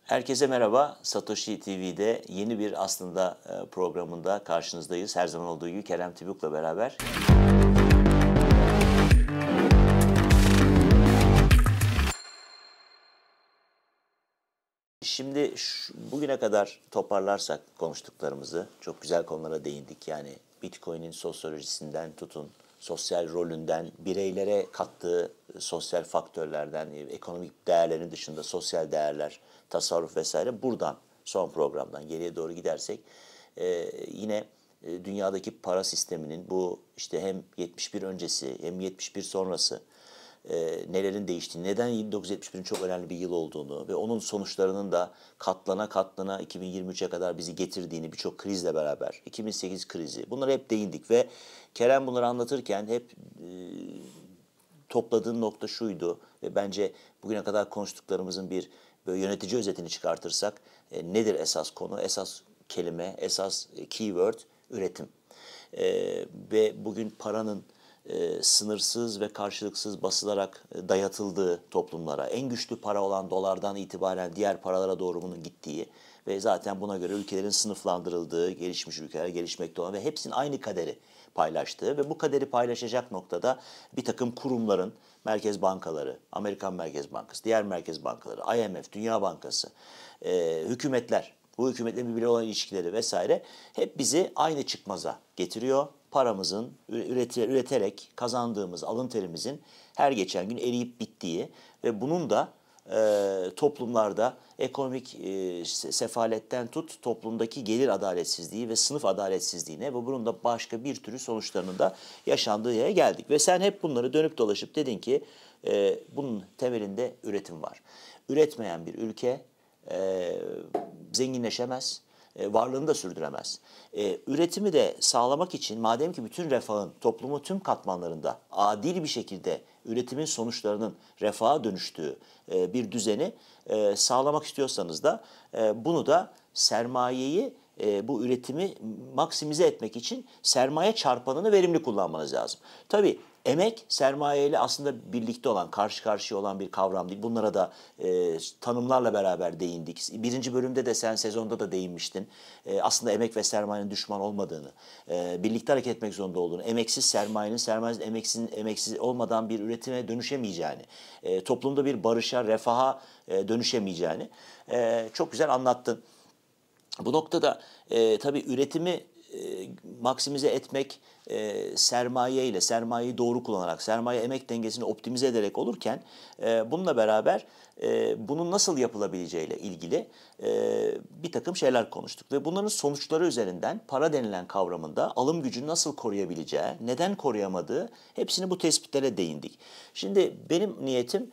Herkese merhaba. Satoshi TV'de yeni bir aslında programında karşınızdayız. Her zaman olduğu gibi Kerem Tibuk'la beraber. Şimdi bugüne kadar toparlarsak konuştuklarımızı çok güzel konulara değindik. Yani Bitcoin'in sosyolojisinden tutun, sosyal rolünden, bireylere kattığı sosyal faktörlerden, ekonomik değerlerin dışında sosyal değerler, tasarruf vesaire buradan son programdan geriye doğru gidersek yine dünyadaki para sisteminin bu işte hem 71 öncesi hem 71 sonrası nelerin değiştiğini, neden 1971'in çok önemli bir yıl olduğunu ve onun sonuçlarının da katlana katlana 2023'e kadar bizi getirdiğini birçok krizle beraber, 2008 krizi, bunlara hep değindik ve Kerem bunları anlatırken hep topladığın nokta şuydu ve bence bugüne kadar konuştuklarımızın bir böyle yönetici özetini çıkartırsak nedir esas konu, esas kelime, esas keyword üretim. Ve bugün paranın sınırsız ve karşılıksız basılarak dayatıldığı toplumlara, en güçlü para olan dolardan itibaren diğer paralara doğru bunun gittiği ve zaten buna göre ülkelerin sınıflandırıldığı, gelişmiş ülkeler, gelişmekte olan ve hepsinin aynı kaderi paylaştığı ve bu kaderi paylaşacak noktada bir takım kurumların, merkez bankaları, Amerikan Merkez Bankası, diğer merkez bankaları, IMF, Dünya Bankası, hükümetler, bu hükümetlerin birbirine olan ilişkileri vesaire hep bizi aynı çıkmaza getiriyor. Paramızın üreterek kazandığımız alın terimizin her geçen gün eriyip bittiği ve bunun da toplumlarda ekonomik sefaletten tut toplumdaki gelir adaletsizliği ve sınıf adaletsizliğine ve bunun da başka bir türlü sonuçlarının da yaşandığı yere geldik. Ve sen hep bunları dönüp dolaşıp dedin ki bunun temelinde üretim var. Üretmeyen bir ülke zenginleşemez, varlığını da sürdüremez. Üretimi de sağlamak için madem ki bütün refahın toplumun tüm katmanlarında adil bir şekilde üretimin sonuçlarının refaha dönüştüğü bir düzeni sağlamak istiyorsanız da bunu da sermayeyi bu üretimi maksimize etmek için sermaye çarpanını verimli kullanmanız lazım. Tabii emek sermayeyle aslında birlikte olan, karşı karşıya olan bir kavram değil. Bunlara da tanımlarla beraber değindik. Birinci bölümde de sen sezonda da değinmiştin. Aslında emek ve sermayenin düşman olmadığını, birlikte hareket etmek zorunda olduğunu, emeksiz sermayenin, emeksiz olmadan bir üretime dönüşemeyeceğini, toplumda bir barışa, refaha dönüşemeyeceğini çok güzel anlattın. Bu noktada tabii üretimi maksimize etmek sermayeyi doğru kullanarak, sermaye emek dengesini optimize ederek olurken bununla beraber bunun nasıl yapılabileceğiyle ilgili bir takım şeyler konuştuk. Ve bunların sonuçları üzerinden para denilen kavramında alım gücünü nasıl koruyabileceği, neden koruyamadığı hepsini bu tespitlere değindik. Şimdi benim niyetim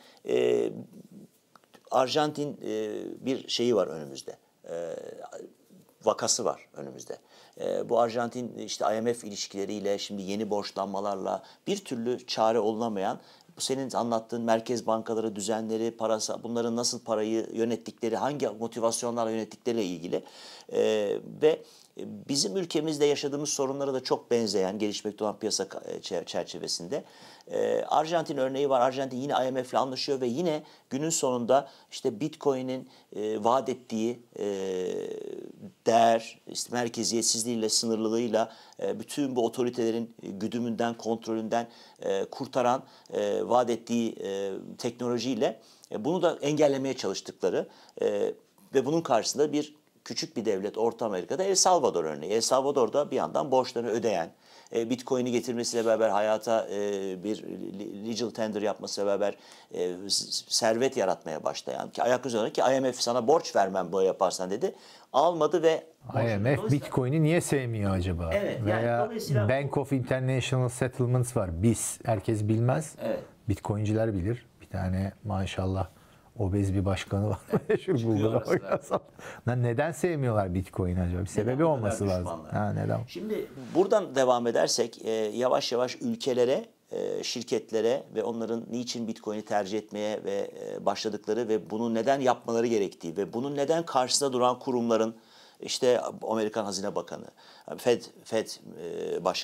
Arjantin bir şeyi var önümüzde. Vakası var önümüzde. Bu Arjantin işte IMF ilişkileriyle, şimdi yeni borçlanmalarla bir türlü çare olunamayan, bu senin anlattığın merkez bankaları, düzenleri, parası, bunların nasıl parayı yönettikleri, hangi motivasyonlarla yönettikleriyle ilgili ve bizim ülkemizde yaşadığımız sorunlara da çok benzeyen gelişmekte olan piyasa çerçevesinde Arjantin örneği var. Arjantin yine IMF ile anlaşıyor ve yine günün sonunda işte Bitcoin'in vaat ettiği değer, işte merkeziyetsizliğiyle, sınırlılığıyla bütün bu otoritelerin güdümünden, kontrolünden kurtaran vaat ettiği teknolojiyle bunu da engellemeye çalıştıkları ve bunun karşısında küçük bir devlet Orta Amerika'da El Salvador örneği. El Salvador'da bir yandan borçlarını ödeyen, Bitcoin'i getirmesiyle beraber hayata bir legal tender yapmasıyla beraber servet yaratmaya başlayan, ki ayak üzerine ki IMF sana borç vermem böyle yaparsan dedi. Almadı ve IMF Bitcoin'i niye sevmiyor acaba? Evet, yani Veya dolayısıyla Bank of International Settlements var. BIS. Herkes bilmez. Evet. Bitcoin'ciler bilir. Bir tane maşallah obez bir başkanı var. Şu Google'a oynasam. Neden sevmiyorlar Bitcoin'i acaba? Bir sebebi olması lazım. Neden? Şimdi buradan devam edersek yavaş yavaş ülkelere, şirketlere ve onların niçin Bitcoin'i tercih etmeye ve başladıkları ve bunu neden yapmaları gerektiği ve bunun neden karşısında duran kurumların, işte Amerikan Hazine Bakanı, Fed Başkanı,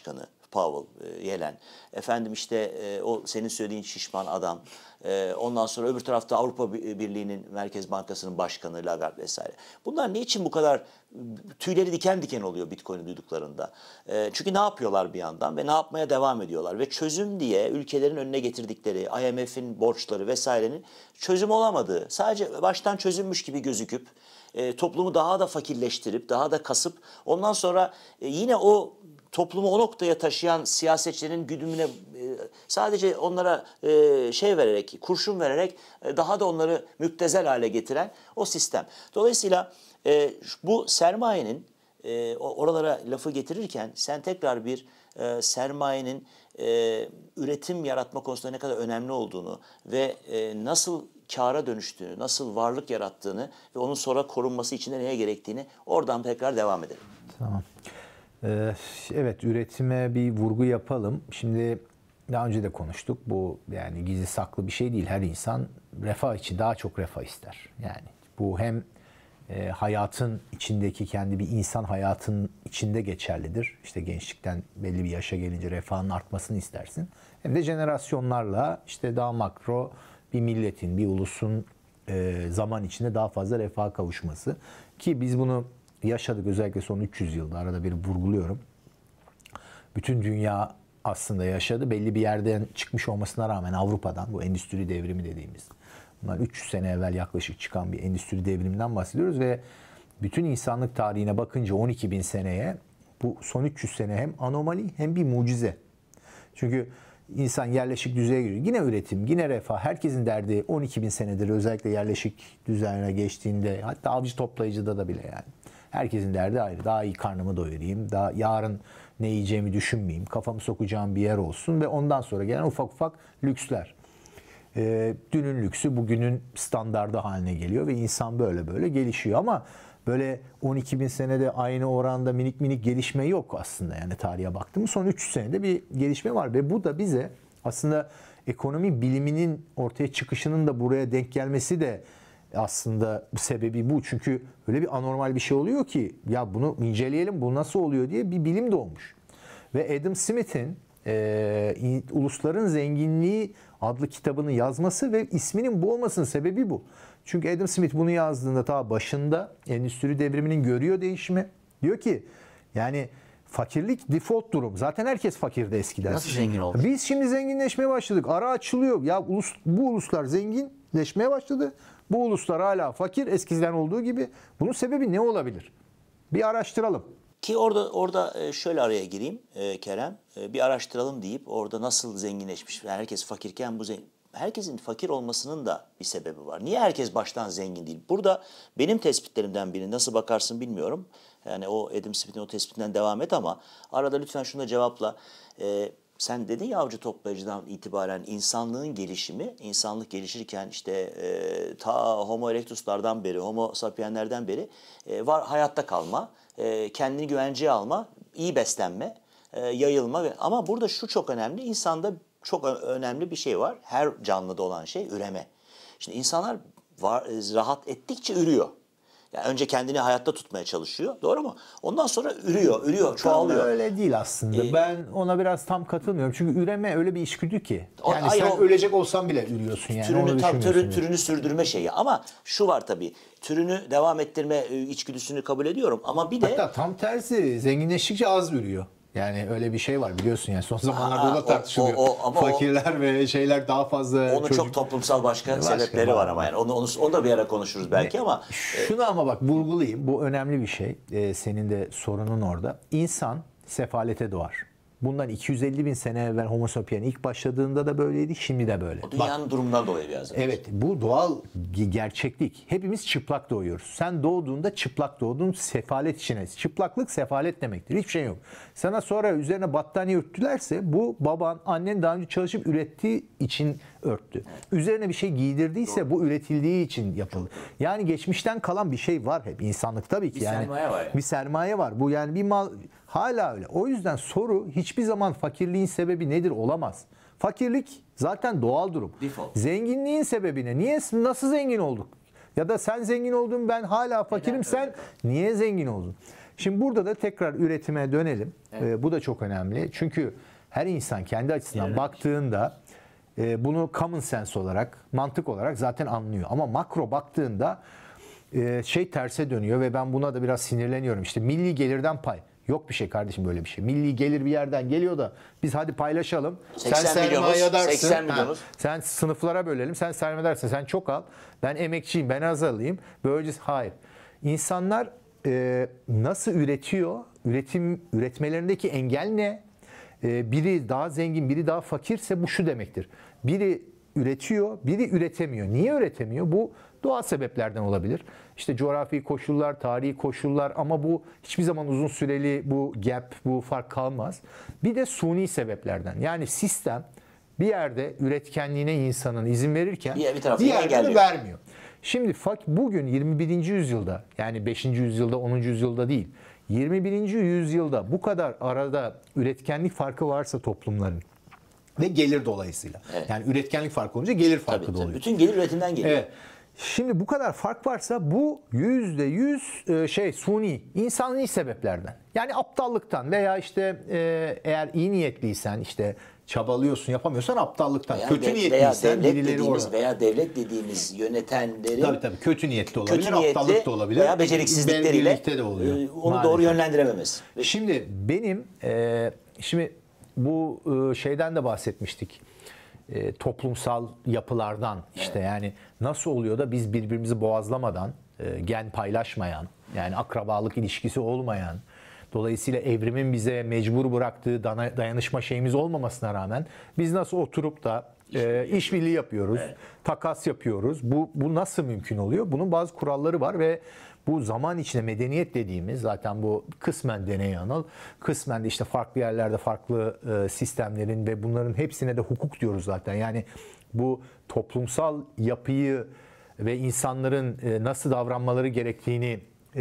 Powell, Yellen. Efendim işte o senin söylediğin şişman adam. Ondan sonra öbür tarafta Avrupa Birliği'nin Merkez Bankası'nın başkanı Lagarde vesaire. Bunlar niçin bu kadar tüyleri diken diken oluyor Bitcoin'i duyduklarında? Çünkü ne yapıyorlar bir yandan ve ne yapmaya devam ediyorlar? Ve çözüm diye ülkelerin önüne getirdikleri IMF'in borçları vesairenin çözüm olamadığı, sadece baştan çözülmüş gibi gözüküp toplumu daha da fakirleştirip, daha da kasıp ondan sonra yine o toplumu o noktaya taşıyan siyasetçilerin güdümüne sadece onlara şey vererek, kurşun vererek daha da onları müptezel hale getiren o sistem. Dolayısıyla bu sermayenin oralara lafı getirirken sen tekrar bir sermayenin üretim yaratma konusunda ne kadar önemli olduğunu ve nasıl kâra dönüştüğünü, nasıl varlık yarattığını ve onun sonra korunması için de neye gerektiğini oradan tekrar devam edelim. Tamam. Evet, üretime bir vurgu yapalım. Şimdi daha önce de konuştuk. Bu yani gizli saklı bir şey değil. Her insan refah için daha çok refah ister. Yani bu hem hayatın içindeki kendi bir insan hayatın içinde geçerlidir. İşte gençlikten belli bir yaşa gelince refahın artmasını istersin. Hem de jenerasyonlarla işte daha makro bir milletin, bir ulusun zaman içinde daha fazla refaha kavuşması. Ki biz bunu yaşadık özellikle son 300 yılda, arada bir vurguluyorum. Bütün dünya aslında yaşadı. Belli bir yerden çıkmış olmasına rağmen Avrupa'dan, bu endüstri devrimi dediğimiz, bunlar 300 sene evvel yaklaşık çıkan bir endüstri devriminden bahsediyoruz ve bütün insanlık tarihine bakınca 12 bin seneye bu son 300 sene hem anomali hem bir mucize. Çünkü insan yerleşik düzeye giriyor. Yine üretim, yine refah. Herkesin derdi 12 bin senedir özellikle yerleşik düzene geçtiğinde, hatta avcı toplayıcıda da bile yani. Herkesin derdi ayrı. Daha iyi karnımı doyurayım, daha yarın ne yiyeceğimi düşünmeyeyim, kafamı sokacağım bir yer olsun ve ondan sonra gelen ufak ufak lüksler. Dünün lüksü bugünün standardı haline geliyor ve insan böyle böyle gelişiyor ama böyle 12 bin senede aynı oranda minik minik gelişme yok aslında. Yani tarihe baktığımız son 300 senede bir gelişme var ve bu da bize aslında ekonomi biliminin ortaya çıkışının da buraya denk gelmesi de aslında sebebi bu. Çünkü öyle bir anormal bir şey oluyor ki ya bunu inceleyelim, bu nasıl oluyor diye bir bilim doğmuş. Ve Adam Smith'in Ulusların Zenginliği adlı kitabını yazması ve isminin bu olmasının sebebi bu. Çünkü Adam Smith bunu yazdığında ta başında endüstri devriminin görüyor değişimi. Diyor ki yani fakirlik default durum. Zaten herkes fakirdi eskiden. Nasıl zengin oldu? Biz şimdi zenginleşmeye başladık. Ara açılıyor. Ya bu uluslar zenginleşmeye başladı. Bu uluslar hala fakir eskiden olduğu gibi. Bunun sebebi ne olabilir? Bir araştıralım. Ki orada şöyle araya gireyim Kerem. Bir araştıralım deyip orada nasıl zenginleşmiş. Yani herkes fakirken herkesin fakir olmasının da bir sebebi var. Niye herkes baştan zengin değil? Burada benim tespitlerimden biri, nasıl bakarsın bilmiyorum. Yani o Adam Smith'in o tespitinden devam et ama arada lütfen şunu da cevapla. Sen dedin ya avcı toplayıcıdan itibaren insanlığın gelişimi, insanlık gelişirken işte ta Homo erectus'lardan beri, Homo sapienslerden beri var hayatta kalma, kendini güvenceye alma, iyi beslenme, yayılma. Ama burada şu çok önemli, insanda çok önemli bir şey var. Her canlıda olan şey üreme. Şimdi insanlar rahat ettikçe ürüyor. Yani önce kendini hayatta tutmaya çalışıyor. Doğru mu? Ondan sonra ürüyor, çoğalıyor. Öyle değil aslında. Ben ona biraz tam katılmıyorum. Çünkü üreme öyle bir içgüdü ki. Yani Hayır, sen ölecek olsan bile ürüyorsun yani. Türünü sürdürme şeyi. Ama şu var tabii. Türünü devam ettirme içgüdüsünü kabul ediyorum. Ama bir de... Hatta tam tersi. Zenginleştikçe az ürüyor. Yani öyle bir şey var biliyorsun yani son zamanlarda da tartışılıyor. Fakirler ve şeyler daha fazla onun çok toplumsal başka sebepleri var ama yani onu da bir ara konuşuruz belki ama şunu ama bak vurgulayayım. Bu önemli bir şey. Senin de sorunun orada. İnsan sefalete doğar. Bundan 250 bin sene evvel Homo sapiens ilk başladığında da böyleydi, şimdi de böyle. O dünyanın durumundan dolayı biraz. Evet, bu doğal gerçeklik. Hepimiz çıplak doğuyoruz. Sen doğduğunda çıplak doğdun, sefalet içine. Çıplaklık sefalet demektir. Hiçbir şey yok. Sana sonra üzerine battaniye örttülerse bu baban, annen daha önce çalışıp ürettiği için örttü. Üzerine bir şey giydirdiyse bu üretildiği için yapıldı. Yani geçmişten kalan bir şey var hep insanlık tabii ki. Bir sermaye var. Bir sermaye var. Bu yani bir mal hala öyle. O yüzden soru hiçbir zaman fakirliğin sebebi nedir olamaz. Fakirlik zaten doğal durum. Default. Zenginliğin sebebi ne? Niye, nasıl zengin olduk? Ya da sen zengin oldun, ben hala fakirim, sen niye zengin oldun? Şimdi burada da tekrar üretime dönelim. Bu da çok önemli. Çünkü her insan kendi açısından baktığında bunu common sense olarak, mantık olarak zaten anlıyor. Ama makro baktığında şey terse dönüyor ve ben buna da biraz sinirleniyorum. İşte milli gelirden pay. Yok bir şey kardeşim, böyle bir şey. Milli gelir bir yerden geliyor da biz hadi paylaşalım. 80 milyonuz, 80 milyonuz. Sen sınıflara bölelim. Sen sermaye edersin. Sen çok al. Ben emekçiyim. Ben az alayım. Böylece hayır. İnsanlar nasıl üretiyor? Üretmelerindeki engel ne? Biri daha zengin, biri daha fakirse bu şu demektir. Biri üretiyor, biri üretemiyor. Niye üretemiyor? Bu doğal sebeplerden olabilir. İşte coğrafi koşullar, tarihi koşullar, ama bu hiçbir zaman uzun süreli bu gap, bu fark kalmaz. Bir de suni sebeplerden. Yani sistem bir yerde üretkenliğine insanın izin verirken bir yerde vermiyor. Şimdi bugün 21. yüzyılda, yani 5. yüzyılda, 10. yüzyılda değil, 21. yüzyılda bu kadar arada üretkenlik farkı varsa toplumların ve gelir dolayısıyla. Evet. Yani üretkenlik farkı olunca gelir farkı da oluyor. Bütün gelir üretimden geliyor. Evet. Şimdi bu kadar fark varsa bu %100 suni, insani sebeplerden. Yani aptallıktan veya işte eğer iyi niyetliysen, işte çabalıyorsun, yapamıyorsan aptallıktan. Kötü niyetliysen veya devlet dediğimiz yönetenlerin tabii kötü niyetli olabilir, aptallık da olabilir. Veya beceriksizlikleriyle de oluyor. Onu maalesef doğru yönlendirememesi. Şimdi benim bu şeyden de bahsetmiştik. Toplumsal yapılardan, işte yani nasıl oluyor da biz birbirimizi boğazlamadan, gen paylaşmayan, yani akrabalık ilişkisi olmayan, dolayısıyla evrimin bize mecbur bıraktığı dayanışma şeyimiz olmamasına rağmen biz nasıl oturup da işbirliği yapıyoruz, takas yapıyoruz. Bu nasıl mümkün oluyor? Bunun bazı kuralları var ve bu zaman içinde medeniyet dediğimiz, zaten bu kısmen deney yanıl, kısmen de işte farklı yerlerde farklı sistemlerin ve bunların hepsine de hukuk diyoruz zaten. Yani bu toplumsal yapıyı ve insanların nasıl davranmaları gerektiğini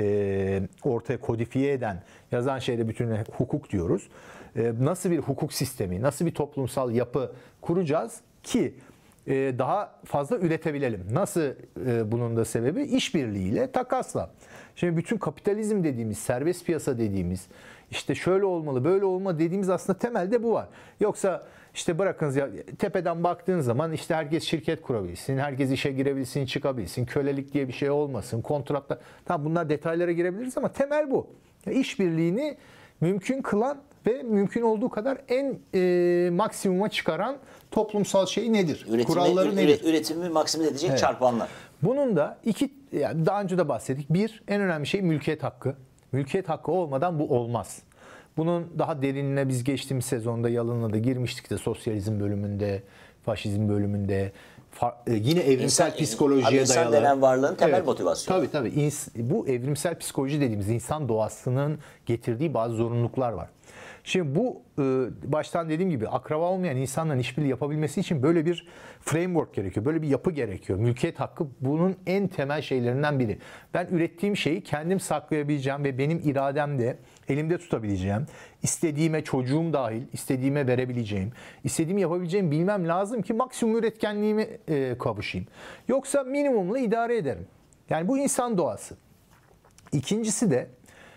ortaya kodifiye eden, yazan şeyde bütününe hukuk diyoruz. Nasıl bir hukuk sistemi, nasıl bir toplumsal yapı kuracağız ki daha fazla üretebilelim. Nasıl bunun da sebebi? İşbirliğiyle, takasla. Şimdi bütün kapitalizm dediğimiz, serbest piyasa dediğimiz, işte şöyle olmalı, böyle olmalı dediğimiz aslında temelde bu var. Yoksa işte bırakınız ya, tepeden baktığın zaman işte herkes şirket kurabilsin, herkes işe girebilsin, çıkabilsin, kölelik diye bir şey olmasın, kontratlar. Tamam, bunlar detaylara girebiliriz ama temel bu. İşbirliğini mümkün kılan ve mümkün olduğu kadar en maksimuma çıkaran toplumsal şey nedir? Kuralları nedir? Üretimi maksimize edecek çarpanlar. Bunun da yani daha önce de bahsettik. Bir, en önemli şey mülkiyet hakkı. Mülkiyet hakkı olmadan bu olmaz. Bunun daha derinine biz geçtiğimiz sezonda Yalın'la da girmiştik de, sosyalizm bölümünde, faşizm bölümünde. Yine evrimsel psikolojiye dayalı. İnsan denen varlığın temel motivasyonu. Tabii. Bu evrimsel psikoloji dediğimiz insan doğasının getirdiği bazı zorunluluklar var. Şimdi bu baştan dediğim gibi akraba olmayan insanların işbirliği yapabilmesi için böyle bir framework gerekiyor. Böyle bir yapı gerekiyor. Mülkiyet hakkı bunun en temel şeylerinden biri. Ben ürettiğim şeyi kendim saklayabileceğim ve benim irademde elimde tutabileceğim. İstediğime, çocuğum dahil, istediğime verebileceğim, istediğimi yapabileceğimi bilmem lazım ki maksimum üretkenliğime kavuşayım. Yoksa minimumla idare ederim. Yani bu insan doğası. İkincisi de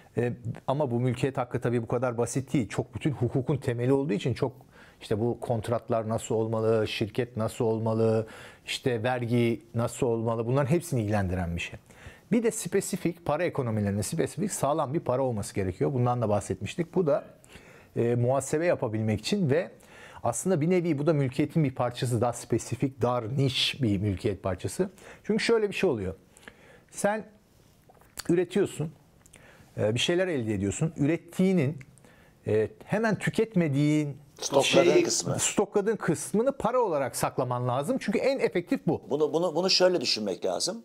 ama bu mülkiyet hakkı tabii bu kadar basit değil. Çok bütün hukukun temeli olduğu için çok işte bu kontratlar nasıl olmalı, şirket nasıl olmalı, işte vergi nasıl olmalı, bunların hepsini ilgilendiren bir şey. Bir de spesifik para ekonomilerine spesifik sağlam bir para olması gerekiyor. Bundan da bahsetmiştik. Bu da muhasebe yapabilmek için ve aslında bir nevi bu da mülkiyetin bir parçası, daha spesifik, dar, niş bir mülkiyet parçası. Çünkü şöyle bir şey oluyor. Sen üretiyorsun, bir şeyler elde ediyorsun. Ürettiğinin hemen tüketmediğin stokladığın kısmını para olarak saklaman lazım. Çünkü en efektif bu. Bunu şöyle düşünmek lazım.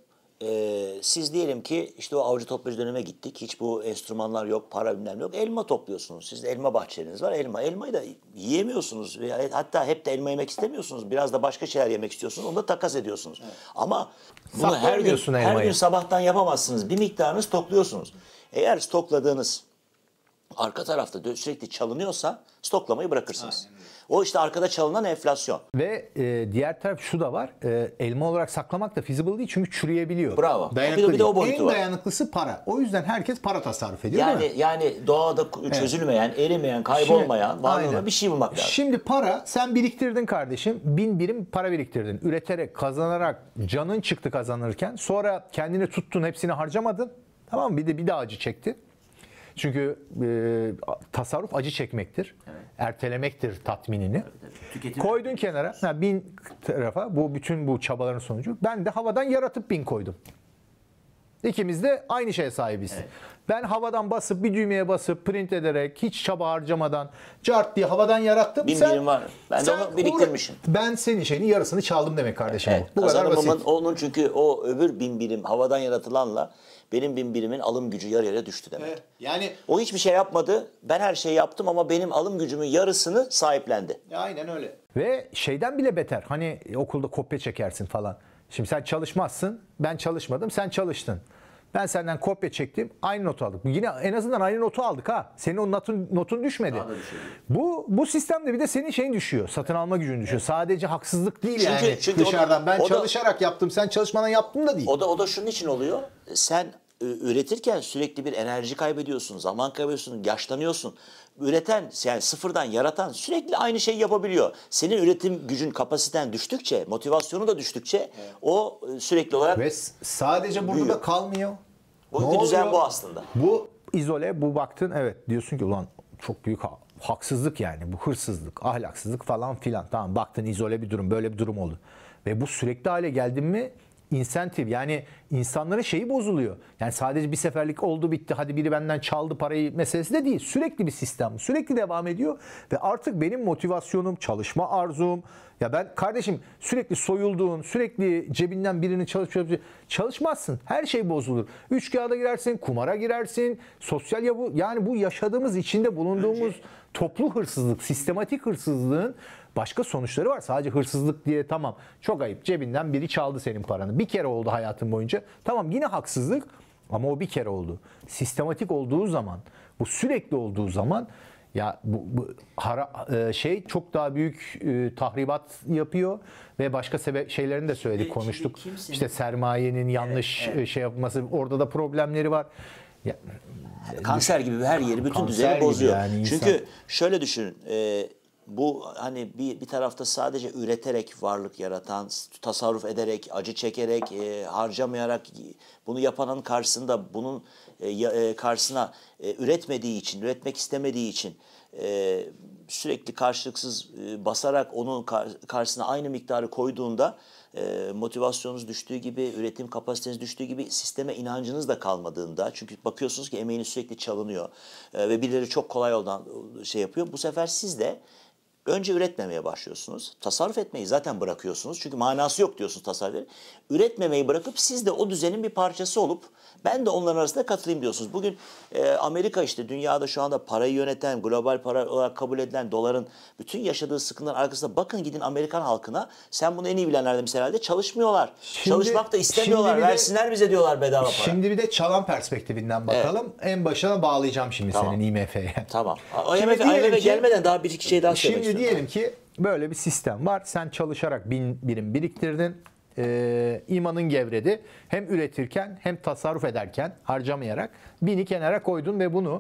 Siz diyelim ki işte o avcı toplayıcı döneme gittik. Hiç bu enstrümanlar yok, para bilmem yok. Elma topluyorsunuz. Sizde elma bahçeniz var. Elmayı da yiyemiyorsunuz. Hatta hep de elma yemek istemiyorsunuz. Biraz da başka şeyler yemek istiyorsunuz. Onu da takas ediyorsunuz. Evet. Ama bunu her gün sabahtan yapamazsınız. Bir miktarını stokluyorsunuz. Eğer stokladığınız arka tarafta sürekli çalınıyorsa stoklamayı bırakırsınız. Aynen. O işte arkada çalınan enflasyon. Ve diğer taraf şu da var. Elma olarak saklamak da feasible değil çünkü çürüyebiliyor. Bravo. Dayanıklı Bir de o değil. boyutu En var. dayanıklısı para. O yüzden herkes para tasarruf ediyor değil mi? Yani doğada çözülmeyen, erimeyen, kaybolmayan varlığına bir şey bulmak lazım. Şimdi para sen biriktirdin kardeşim. 1000 birim para biriktirdin. Üreterek, kazanarak canın çıktı kazanırken. Sonra kendini tuttun, hepsini harcamadın. Tamam mı? Bir daha acı çekti. Çünkü tasarruf acı çekmektir. Evet. Ertelemektir tatminini. Evet. Koydun kenara. 1000 tarafa bütün bu çabaların sonucu. Ben de havadan yaratıp 1000 koydum. İkimiz de aynı şeye sahibiz. Evet. Ben havadan basıp bir düğmeye basıp print ederek hiç çaba harcamadan cart diye havadan yarattım. 1000 birim var. Ben de onu biriktirmişim. Ben senin şeyini yarısını çaldım demek kardeşim. Evet. Bu kadar basit. Onun çünkü o öbür 1000 birim havadan yaratılanla benim 1000 birimin alım gücü yarı yarıya düştü demek. Evet. Yani o hiçbir şey yapmadı. Ben her şeyi yaptım ama benim alım gücümün yarısını sahiplendi. Aynen öyle. Ve şeyden bile beter. Hani okulda kopya çekersin falan. Şimdi sen çalışmazsın. Ben çalışmadım. Sen çalıştın. Ben senden kopya çektim. Aynı notu aldık. Yine en azından aynı notu aldık ha. Senin o notun düşmedi. Bu sistemde bir de senin şeyin düşüyor. Satın alma gücün düşüyor. Evet. Sadece haksızlık değil çünkü dışarıdan. Ben çalışarak yaptım. Sen çalışmadan yaptın da değil. O da şunun için oluyor. Sen üretirken sürekli bir enerji kaybediyorsun. Zaman kaybediyorsun. Yaşlanıyorsun. Üreten yani sıfırdan yaratan sürekli aynı şeyi yapabiliyor. Senin üretim gücün, kapasiten düştükçe, motivasyonu da düştükçe o sürekli olarak ve sadece burada da kalmıyor. Bu düzen bu aslında. Bu izole, bu baktın evet diyorsun ki ulan çok büyük haksızlık yani bu hırsızlık, ahlaksızlık falan filan. Tamam baktın izole bir durum, böyle bir durum oldu. Ve bu sürekli hale geldin mi insentif yani insanların şeyi bozuluyor. Yani sadece bir seferlik oldu bitti hadi biri benden çaldı parayı meselesi de değil. Sürekli bir sistem sürekli devam ediyor ve artık benim motivasyonum, çalışma arzum ya ben kardeşim sürekli soyulduğun, sürekli cebinden birini çalışmazsın. Her şey bozulur. Üç kağıda girersin, kumara girersin, sosyal yani bu yaşadığımız içinde bulunduğumuz toplu hırsızlık, sistematik hırsızlığın başka sonuçları var. Sadece hırsızlık diye tamam çok ayıp cebinden biri çaldı senin paranı. Bir kere oldu hayatın boyunca. Tamam yine haksızlık ama o bir kere oldu. Sistematik olduğu zaman, bu sürekli olduğu zaman ya bu çok daha büyük tahribat yapıyor ve başka şeylerini de söyledik, konuştuk. İşte sermayenin yanlış şey yapması, orada da problemleri var. Ya, kanser gibi her yeri, bütün düzeni bozuyor. Yani çünkü şöyle düşünün. Bu hani bir tarafta sadece üreterek varlık yaratan, tasarruf ederek, acı çekerek, harcamayarak bunu yapanın karşısında bunun karşısına üretmediği için, üretmek istemediği için sürekli karşılıksız basarak onun karşısına aynı miktarı koyduğunda motivasyonunuz düştüğü gibi, üretim kapasiteniz düştüğü gibi sisteme inancınız da kalmadığında, çünkü bakıyorsunuz ki emeğiniz sürekli çalınıyor ve birileri çok kolay yoldan şey yapıyor. Bu sefer siz de önce üretmemeye başlıyorsunuz. Tasarruf etmeyi zaten bırakıyorsunuz. Çünkü manası yok diyorsunuz tasarruf. Üretmemeyi bırakıp siz de o düzenin bir parçası olup ben de onların arasında katılayım diyorsunuz. Bugün Amerika işte dünyada şu anda parayı yöneten, global para olarak kabul edilen doların bütün yaşadığı sıkıntıların arkasında bakın gidin Amerikan halkına. Sen bunu en iyi bilenlerden herhalde çalışmıyorlar. Çalışmak da istemiyorlar. Versinler bize diyorlar bedava para. Şimdi bir de çalan perspektifinden bakalım. Evet. En başına bağlayacağım şimdi senin IMF'ye. Tamam. IMF'e gelmeden daha bir iki şey daha söylemek istiyorum. Şimdi diyelim ki böyle bir sistem var. Sen çalışarak 1000 birim biriktirdin. İmanın gevredi. Hem üretirken hem tasarruf ederken harcamayarak 1000'i kenara koydun ve bunu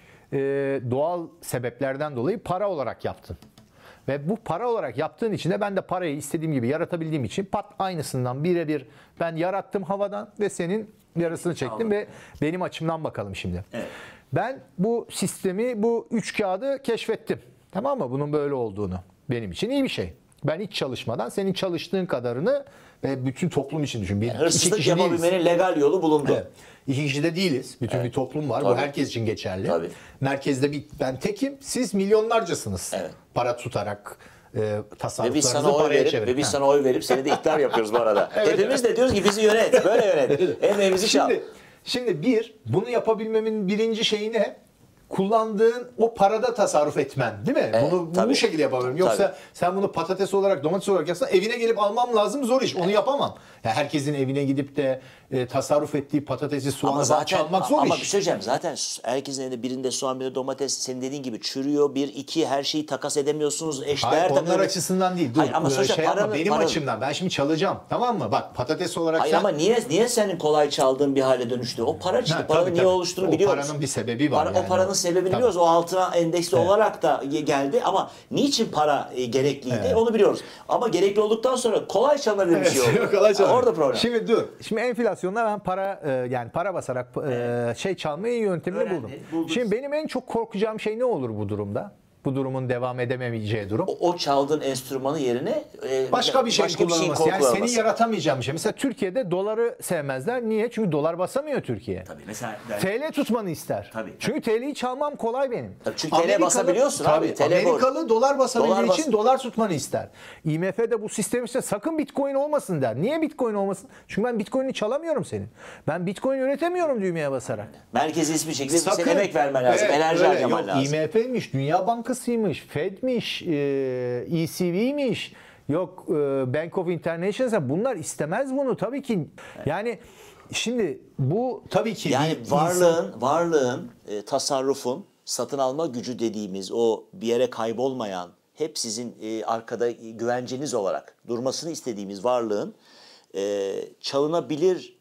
doğal sebeplerden dolayı para olarak yaptın. Ve bu para olarak yaptığın için de ben de parayı istediğim gibi yaratabildiğim için aynısından birebir ben yarattım havadan ve senin yarısını çektim ve benim açımdan bakalım şimdi. Evet. Ben bu sistemi, bu üç kağıdı keşfettim. Tamam mı? Bunun böyle olduğunu. Benim için iyi bir şey. Ben hiç çalışmadan senin çalıştığın kadarını ve bütün toplum için düşün. Hırsızlık yapabilmenin legal yolu bulundu. Evet. İki kişi de değiliz. Bütün bir toplum var. Tabii. Bu herkes için geçerli. Tabii. Merkezde ben tekim, siz milyonlarcasınız. Evet. Para tutarak tasarruflarınızı paraya çevirin. Ve biz sana oy verip seni de iktidar yapıyoruz bu arada. Evet. Hepimiz de diyoruz ki bizi yönet, böyle yönet. Emeğimizi çal. Şimdi bunu yapabilmemin birinci şeyi ne? kullandığın o parada tasarruf etmen, değil mi? Bunu tabii. bu şekilde yapabilirim. Yoksa Tabii. sen bunu patates olarak, domates olarak yapsan evine gelip almam lazım, zor iş. Onu yapamam. Yani herkesin evine gidip de tasarruf ettiği patatesi, soğanı çalmak zor ama iş. bir şey söyleyeceğim. Zaten herkesin elinde birinde soğan, birinde domates, senin dediğin gibi çürüyor. Bir, iki, her şeyi takas edemiyorsunuz. Hayır, onlar açısından değil. Dur. Hayır, ama sonuçta benim açımdan. Ben şimdi çalacağım. Tamam mı? Bak, patates olarak Hayır, ama niye senin kolay çaldığın bir hale dönüştü? O para çıktı. Paranın niye oluştuğunu biliyoruz. O paranın bir sebebi var. O paranın sebebini biliyoruz. O altına endeksli olarak da geldi ama niçin para gerekliydi onu biliyoruz. Ama gerekli olduktan sonra kolay çalınabilir bir şey oldu. Orada problem. Şimdi dur. Şimdi enflasyonda ben yani para basarak çalmayı yöntemini buldum. Şimdi benim en çok korkacağım şey ne olur bu durumda? Bu durumun devam edemeyeceği durum. O çaldığın enstrümanı yerine başka bir şey kullanılması. Yani kullanılması. senin yaratamayacağın bir şey. Mesela Türkiye'de doları sevmezler. Niye? Çünkü dolar basamıyor Türkiye. Tabii mesela TL tutmanı ister. Tabii. Çünkü TL'yi çalmam kolay benim. Tabii, çünkü TL basabiliyorsun abi. Amerikalı dolar basabildiği için dolar tutmanı ister. IMF de bu sistem işte sakın Bitcoin olmasın der. Niye Bitcoin olmasın? Çünkü ben Bitcoin'i çalamıyorum senin. Ben Bitcoin üretemiyorum düğmeye basarak. Merkezi hiçbir şekilde senin emek vermen lazım. Enerji harcaman lazım. IMF'ymiş, Dünya Bankası'ymış, Fed'miş, ECB'miş, yok Bank of International, bunlar istemez bunu tabii ki. Yani şimdi bu tabii ki yani varlığın, tasarrufun, satın alma gücü dediğimiz o bir yere kaybolmayan, hep sizin arkada güvenceniz olarak durmasını istediğimiz varlığın çalınabilir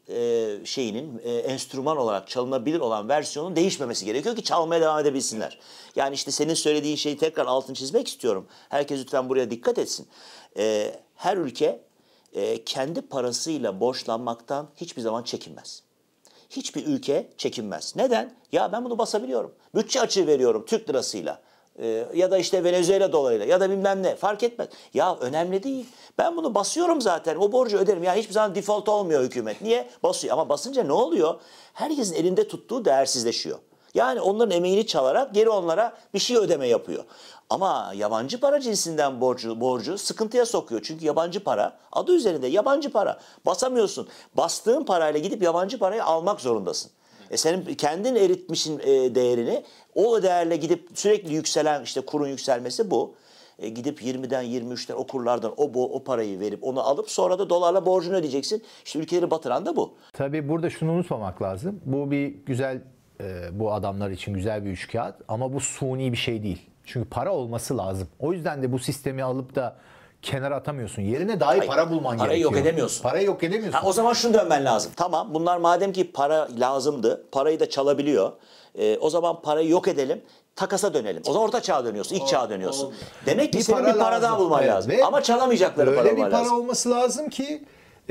enstrüman olarak çalınabilir olan versiyonun değişmemesi gerekiyor ki çalmaya devam edebilsinler. Yani işte senin söylediğin şeyi tekrar altını çizmek istiyorum. Herkes lütfen buraya dikkat etsin. Her ülke kendi parasıyla borçlanmaktan hiçbir zaman çekinmez. Hiçbir ülke çekinmez. Neden? Ya ben bunu basabiliyorum. Bütçe açığı veriyorum Türk lirasıyla. Ya da işte Venezuela dolarıyla ya da bilmem ne, fark etmez. Ya önemli değil. Ben bunu basıyorum zaten. O borcu öderim. Yani hiçbir zaman default olmuyor hükümet. Niye? Basıyor. Ama basınca ne oluyor? Herkesin elinde tuttuğu değersizleşiyor. Yani onların emeğini çalarak geri onlara bir şey ödeme yapıyor. Ama yabancı para cinsinden borcu sıkıntıya sokuyor. Çünkü yabancı para, adı üzerinde yabancı para. Basamıyorsun. Bastığın parayla gidip yabancı parayı almak zorundasın. Senin kendin eritmişsin değerini. O değerle gidip sürekli yükselen, işte kurun yükselmesi bu. Gidip 20'den 23'ten o kurlardan o parayı verip onu alıp sonra da dolarla borcunu ödeyeceksin. İşte ülkeleri batıran da bu. Tabii burada şunu unutmamak lazım. Bu bir güzel, bu adamlar için güzel bir üçkağıt ama bu suni bir şey değil. Çünkü para olması lazım. O yüzden de bu sistemi alıp da kenara atamıyorsun. Yerine daha iyi para bulman gerekiyor. Parayı yok edemiyorsun. Parayı yok edemiyorsun. O zaman şunu dönmen lazım. Tamam, bunlar madem ki para lazımdı, parayı da çalabiliyor. O zaman parayı yok edelim, takasa dönelim. O zaman orta çağa dönüyorsun, ilk çağa dönüyorsun. Demek ki senin bir para daha bulman lazım. Ama çalamayacakları para bulman lazım. Öyle bir para olması lazım ki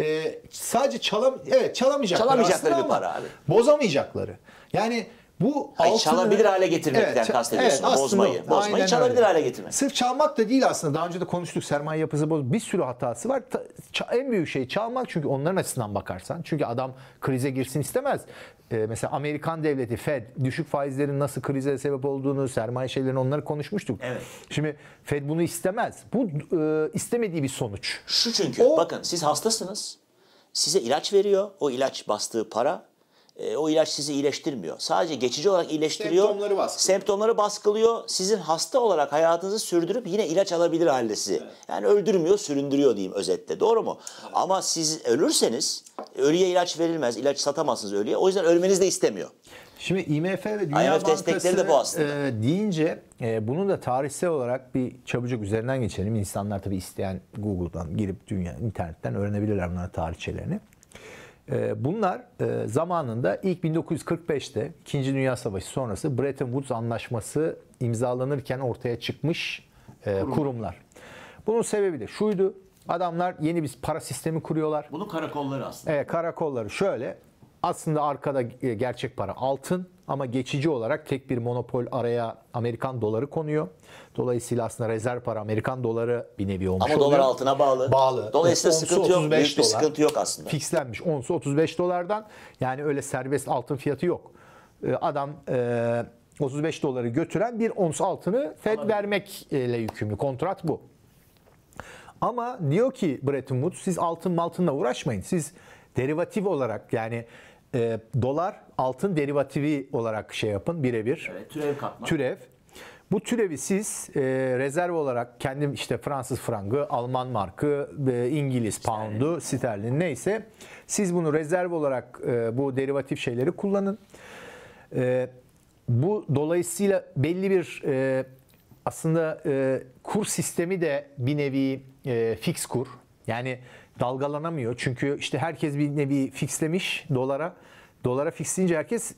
sadece çalamayacakları bir para abi. Bozamayacakları. Yani bu çalabilir hale getirmekten kastediyorsun. Bozmayı çalabilir hale getirmek. Sırf çalmak da değil aslında. Daha önce de konuştuk. Sermaye yapısı bir sürü hatası var. En büyük şey çalmak, çünkü onların açısından bakarsan. Çünkü adam krize girsin istemez. Mesela Amerikan devleti, Fed, düşük faizlerin nasıl krize sebep olduğunu, sermaye şeylerini, onları konuşmuştuk. Evet. Şimdi Fed bunu istemez. Bu istemediği bir sonuç. Şu çünkü bakın, siz hastasınız. Size ilaç veriyor. O ilaç bastığı para. O ilaç sizi iyileştirmiyor. Sadece geçici olarak iyileştiriyor. Semptomları baskılıyor. Sizin hasta olarak hayatınızı sürdürüp yine ilaç alabilir halde sizi. Evet. Yani öldürmüyor, süründürüyor diyeyim özetle. Doğru mu? Evet. Ama siz ölürseniz ölüye ilaç verilmez. İlaç satamazsınız ölüye. O yüzden ölmenizi de istemiyor. Şimdi IMF ve Dünya Bankası de bu aslında. Deyince bunu da tarihsel olarak bir çabucak üzerinden geçelim. İnsanlar tabii isteyen Google'dan girip internetten öğrenebilirler bunların tarihçelerini. Bunlar zamanında ilk 1945'te 2. Dünya Savaşı sonrası Bretton Woods Anlaşması imzalanırken ortaya çıkmış kurumlar. Bunun sebebi de şuydu. Adamlar yeni bir para sistemi kuruyorlar. Bunun karakolları aslında. Evet, karakolları şöyle. Aslında arkada gerçek para altın ama geçici olarak tek bir monopol araya Amerikan doları konuyor. Dolayısıyla aslında rezerv para Amerikan doları bir nevi olmuş oluyor. Ama dolar altına bağlı. Dolayısıyla sıkıntı yok. Büyük bir sıkıntı yok aslında. Fixlenmiş. Onsu 35 dolardan. Yani öyle serbest altın fiyatı yok. Adam 35 doları götüren bir ons altını Fed vermekle yükümlü. Kontrat bu. Ama diyor ki Bretton Woods, siz altınla uğraşmayın. Siz derivatif olarak, yani dolar altın derivatifi olarak şey yapın birebir. Evet, türev katma. Türev. Bu türevi siz rezerv olarak kendim işte Fransız frangı, Alman markı, İngiliz pound'u, sterlin neyse siz bunu rezerv olarak bu derivatif şeyleri kullanın. Bu dolayısıyla belli bir aslında kur sistemi de bir nevi fix kur. Yani dalgalanamıyor. Çünkü işte herkes bir nevi fixlemiş dolara. Dolara fixleyince herkes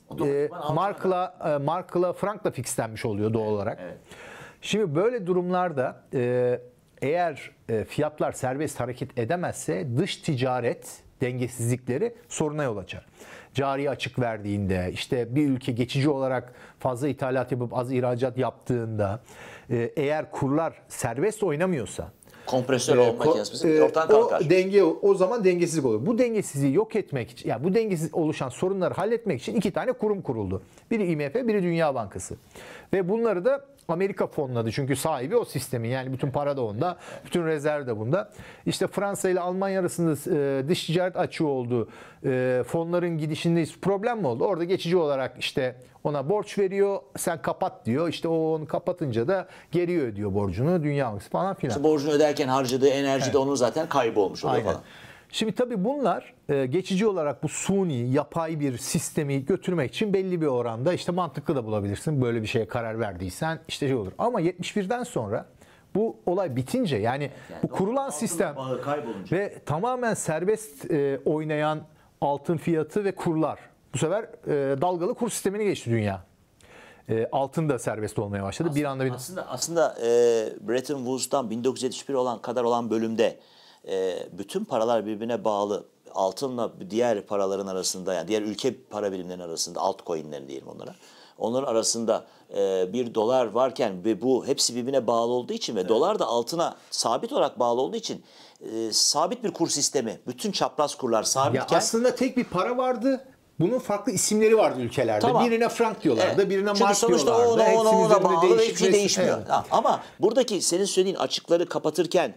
markla frankla fixlenmiş oluyor doğal olarak. Evet. Şimdi böyle durumlarda eğer fiyatlar serbest hareket edemezse dış ticaret dengesizlikleri soruna yol açar. Cari açık verdiğinde, işte bir ülke geçici olarak fazla ithalat yapıp az ihracat yaptığında, eğer kurlar serbest oynamıyorsa, kompresör olma makinesi ortadan kalkar. O denge o zaman dengesizlik olur. Bu dengesizliği yok etmek için, yani bu dengesiz oluşan sorunları halletmek için iki tane kurum kuruldu. Biri IMF, biri Dünya Bankası. Ve bunları da Amerika fonladı. Çünkü sahibi o sistemin. Yani bütün para da onda, bütün rezerv de bunda. İşte Fransa ile Almanya arasında dış ticaret açığı oldu. Fonların gidişinde problem mi oldu? Orada geçici olarak işte ona borç veriyor, sen kapat diyor. İşte o onu kapatınca da geri ödüyor borcunu, Dünya Bankası falan filan. İşte borcunu öderken harcadığı enerji de onun zaten kaybolmuş oluyor falan. Şimdi tabii bunlar geçici olarak bu suni, yapay bir sistemi götürmek için belli bir oranda işte mantıklı da bulabilirsin. Böyle bir şeye karar verdiysen işte şey olur. Ama 71'den sonra bu olay bitince yani bu kurulan sistem ve tamamen serbest oynayan altın fiyatı ve kurlar. Bu sefer dalgalı kur sistemine geçti dünya. Altın da serbest olmaya başladı. Aslında Bretton Woods'tan 1971 kadar olan bölümde bütün paralar birbirine bağlı. Altınla diğer paraların arasında, yani diğer ülke para birimlerinin arasında, altcoin'lerin diyelim onlara. Onların arasında bir dolar varken ve bu hepsi birbirine bağlı olduğu için ve dolar da altına sabit olarak bağlı olduğu için sabit bir kur sistemi. Bütün çapraz kurlar sabitken. Ya aslında tek bir para vardı. Bunun farklı isimleri vardı ülkelerde. Tamam. Birine frank diyorlardı, birine mark diyorlardı. Çünkü sonuçta ona bağlı ve hiçbir şey değişmiyor. Evet. Ama buradaki senin söylediğin açıkları kapatırken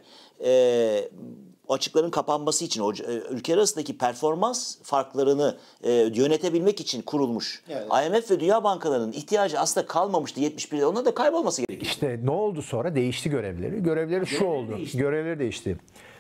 açıkların kapanması için ülkeler arasındaki performans farklarını yönetebilmek için kurulmuş. Evet. IMF ve Dünya Bankalarının ihtiyacı aslında kalmamıştı 71'de. Onlar da kaybolması gerekiyor. İşte ne oldu sonra? Değişti görevleri. Görevleri şu oldu. Görevleri değişti.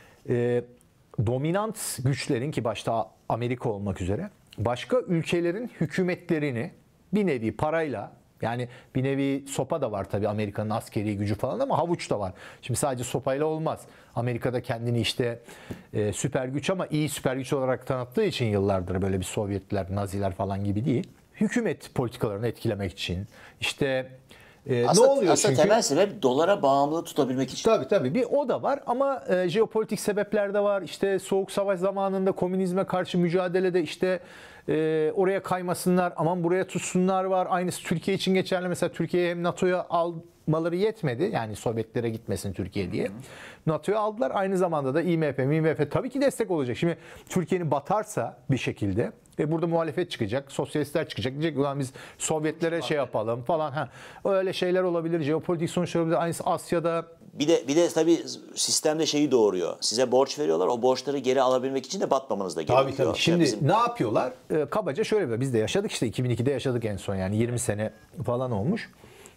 Dominant güçlerin, ki başta Amerika olmak üzere, başka ülkelerin hükümetlerini bir nevi parayla, yani bir nevi sopa da var tabii, Amerika'nın askeri gücü falan, ama havuç da var. Şimdi sadece sopayla olmaz. Amerika'da kendini işte süper güç, ama iyi süper güç olarak tanıttığı için yıllardır, böyle bir Sovyetler, Naziler falan gibi değil. Hükümet politikalarını etkilemek için işte ne oluyor aslında çünkü? temel sebep dolara bağımlı tutabilmek için. Tabii bir o da var, ama jeopolitik sebepler de var. İşte Soğuk Savaş zamanında komünizme karşı mücadelede işte oraya kaymasınlar, aman buraya tutsunlar var. Aynısı Türkiye için geçerli. Mesela Türkiye'ye hem NATO'ya almaları yetmedi. Yani Sovyetlere gitmesin Türkiye diye. NATO'ya aldılar. Aynı zamanda da IMF tabii ki destek olacak. Şimdi Türkiye'nin batarsa bir şekilde ve burada muhalefet çıkacak, sosyalistler çıkacak. Diyecek ulan biz Sovyetlere şey yapalım falan. Öyle şeyler olabilir. Jeopolitik sonuçlar olabilir. Aynısı Asya'da. Bir de tabii sistemde şeyi doğuruyor. Size borç veriyorlar. O borçları geri alabilmek için de batmamanız da gerekiyor. Tabii. Şimdi ne yapıyorlar? Kabaca şöyle bir, biz de yaşadık işte 2002'de yaşadık en son, yani 20 sene falan olmuş.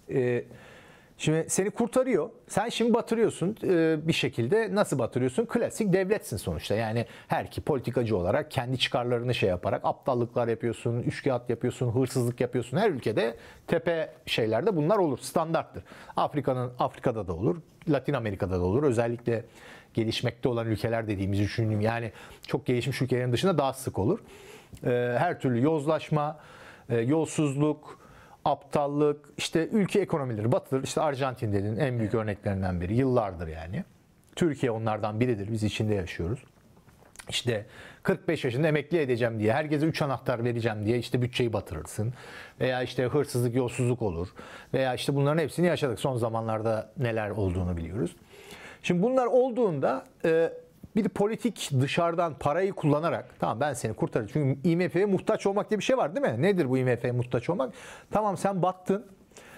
Şimdi seni kurtarıyor. Sen şimdi batırıyorsun bir şekilde. Nasıl batırıyorsun? Klasik devletsin sonuçta. Yani her iki politikacı olarak kendi çıkarlarını şey yaparak aptallıklar yapıyorsun, üçkağıt yapıyorsun, hırsızlık yapıyorsun. Her ülkede tepe şeylerde bunlar olur. Standarttır. Afrika'da da olur, Latin Amerika'da da olur. Özellikle gelişmekte olan ülkeler dediğimiz düşünün, yani çok gelişmiş ülkelerin dışında daha sık olur. Her türlü yozlaşma, yolsuzluk, aptallık, işte ülke ekonomileri batılır. İşte Arjantin dediğin en büyük örneklerinden biri. Yıllardır yani. Türkiye onlardan biridir. Biz içinde yaşıyoruz. İşte 45 yaşında emekli edeceğim diye, herkese 3 anahtar vereceğim diye işte bütçeyi batırırsın. Veya işte hırsızlık, yolsuzluk olur. Veya işte bunların hepsini yaşadık. Son zamanlarda neler olduğunu biliyoruz. Şimdi bunlar olduğunda bir politik dışarıdan parayı kullanarak, tamam ben seni kurtaracağım. Çünkü IMF'ye muhtaç olmak diye bir şey var değil mi? Nedir bu IMF'ye muhtaç olmak? Tamam sen battın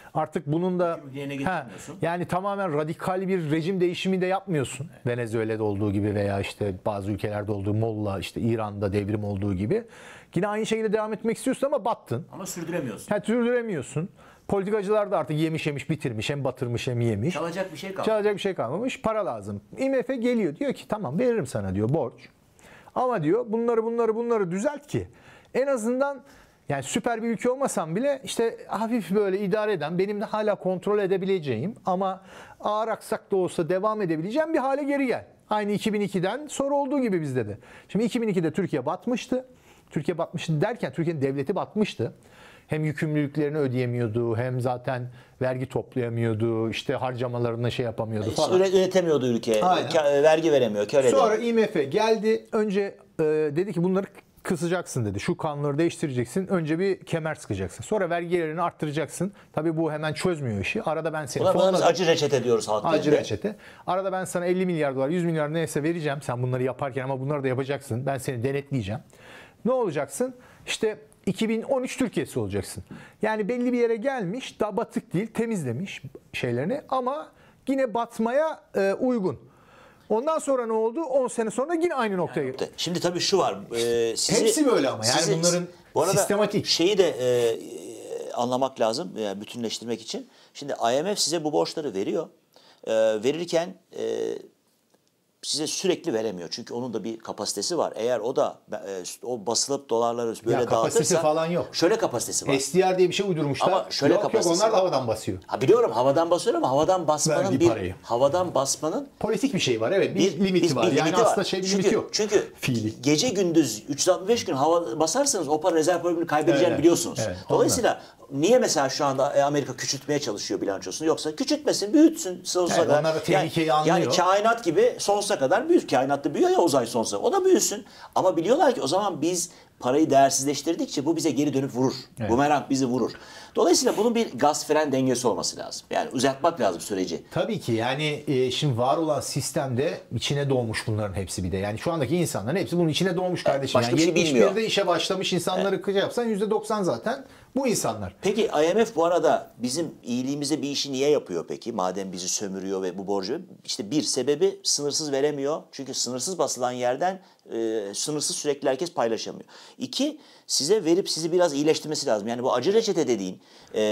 Artık bunun da Yerine getirmiyorsun. yani tamamen radikal bir rejim değişimi de yapmıyorsun. Venezuela'da olduğu gibi veya işte bazı ülkelerde olduğu Molla, işte İran'da devrim olduğu gibi. Yine aynı şekilde devam etmek istiyorsun ama battın. Ama sürdüremiyorsun. Sürdüremiyorsun. Politikacılar da artık yemiş bitirmiş, hem batırmış hem yemiş. Çalacak bir şey kalmadı. Çalacak bir şey kalmamış. Para lazım. IMF geliyor, diyor ki tamam veririm sana diyor borç. Ama diyor bunları düzelt ki en azından yani süper bir ülke olmasam bile işte hafif böyle idare eden, benim de hala kontrol edebileceğim ama ağır aksak da olsa devam edebileceğim bir hale geri gel. Aynı 2002'den sonra olduğu gibi bizde de. Şimdi 2002'de Türkiye batmıştı. Türkiye batmıştı derken Türkiye'nin devleti batmıştı. Hem yükümlülüklerini ödeyemiyordu, hem zaten vergi toplayamıyordu, işte harcamalarını şey yapamıyordu falan. Üretemiyordu ülke. Aynen. Vergi veremiyor. Kar edemiyor. Sonra IMF geldi. Önce dedi ki bunları kısacaksın dedi. Şu kanunları değiştireceksin. Önce bir kemer sıkacaksın. Sonra vergilerini arttıracaksın. Tabii bu hemen çözmüyor işi. Arada ben seni Buna biz acı reçete diyoruz halk acı dilinde. reçete. Arada ben sana 50 milyar dolar, 100 milyar neyse vereceğim. Sen bunları yaparken ama bunları da yapacaksın. Ben seni denetleyeceğim. Ne olacaksın? İşte 2013 Türkiye'si olacaksın. Yani belli bir yere gelmiş, daha batık değil, temizlemiş şeylerini ama yine batmaya uygun. Ondan sonra ne oldu? 10 sene sonra yine aynı noktaya geldi. Şimdi tabii şu var. Hepsi böyle ama yani bunların bu arada sistematik. Şeyi de anlamak lazım, yani bütünleştirmek için. Şimdi IMF size bu borçları veriyor. Verirken size sürekli veremiyor. Çünkü onun da bir kapasitesi var. Eğer o da o basılıp dolarları böyle Ya kapasitesi dağıtırsa falan yok. Şöyle kapasitesi var. SDR diye bir şey uydurmuşlar. Ama şöyle yok kapasitesi onlar da var. havadan basıyor. Ha biliyorum havadan basıyor ama havadan basmanın Verdiği bir parayı. havadan basmanın Politik bir şey var, evet. Bir limiti var. Yani aslında bir limiti yok. Çünkü Fiili. gece gündüz 365 gün hava basarsanız o para rezerv programını kaybedeceğini Evet, biliyorsunuz. evet, Dolayısıyla niye mesela şu anda Amerika küçültmeye çalışıyor bilançosunu, yoksa küçültmesin, büyütsün sonsuza Evet, kadar. onlar da tehlikeyi anlıyor. Yani kainat gibi sonsuza kadar büyür. Kainat da büyüyor ya uzay sonsuza. O da büyüsün. Ama biliyorlar ki o zaman biz parayı değersizleştirdikçe bu bize geri dönüp vurur. Evet. Bumerang bizi vurur. Dolayısıyla bunun bir gaz fren dengesi olması lazım. Yani uzatmak lazım süreci. Tabii ki yani şimdi var olan sistemde içine doğmuş bunların hepsi bir de. Yani şu andaki insanların hepsi bunun içine doğmuş kardeşim. başka Yani bir şey bilmiyor. 71'de işe başlamış insanları yapsan %90 zaten bu insanlar. Peki IMF bu arada bizim iyiliğimize bir işi niye yapıyor peki? Madem bizi sömürüyor ve bu borcu, işte bir sebebi sınırsız veremiyor. Çünkü sınırsız basılan yerden sınırsız sürekli herkes paylaşamıyor. İki, size verip sizi biraz iyileştirmesi lazım. Yani bu acı reçete dediğin.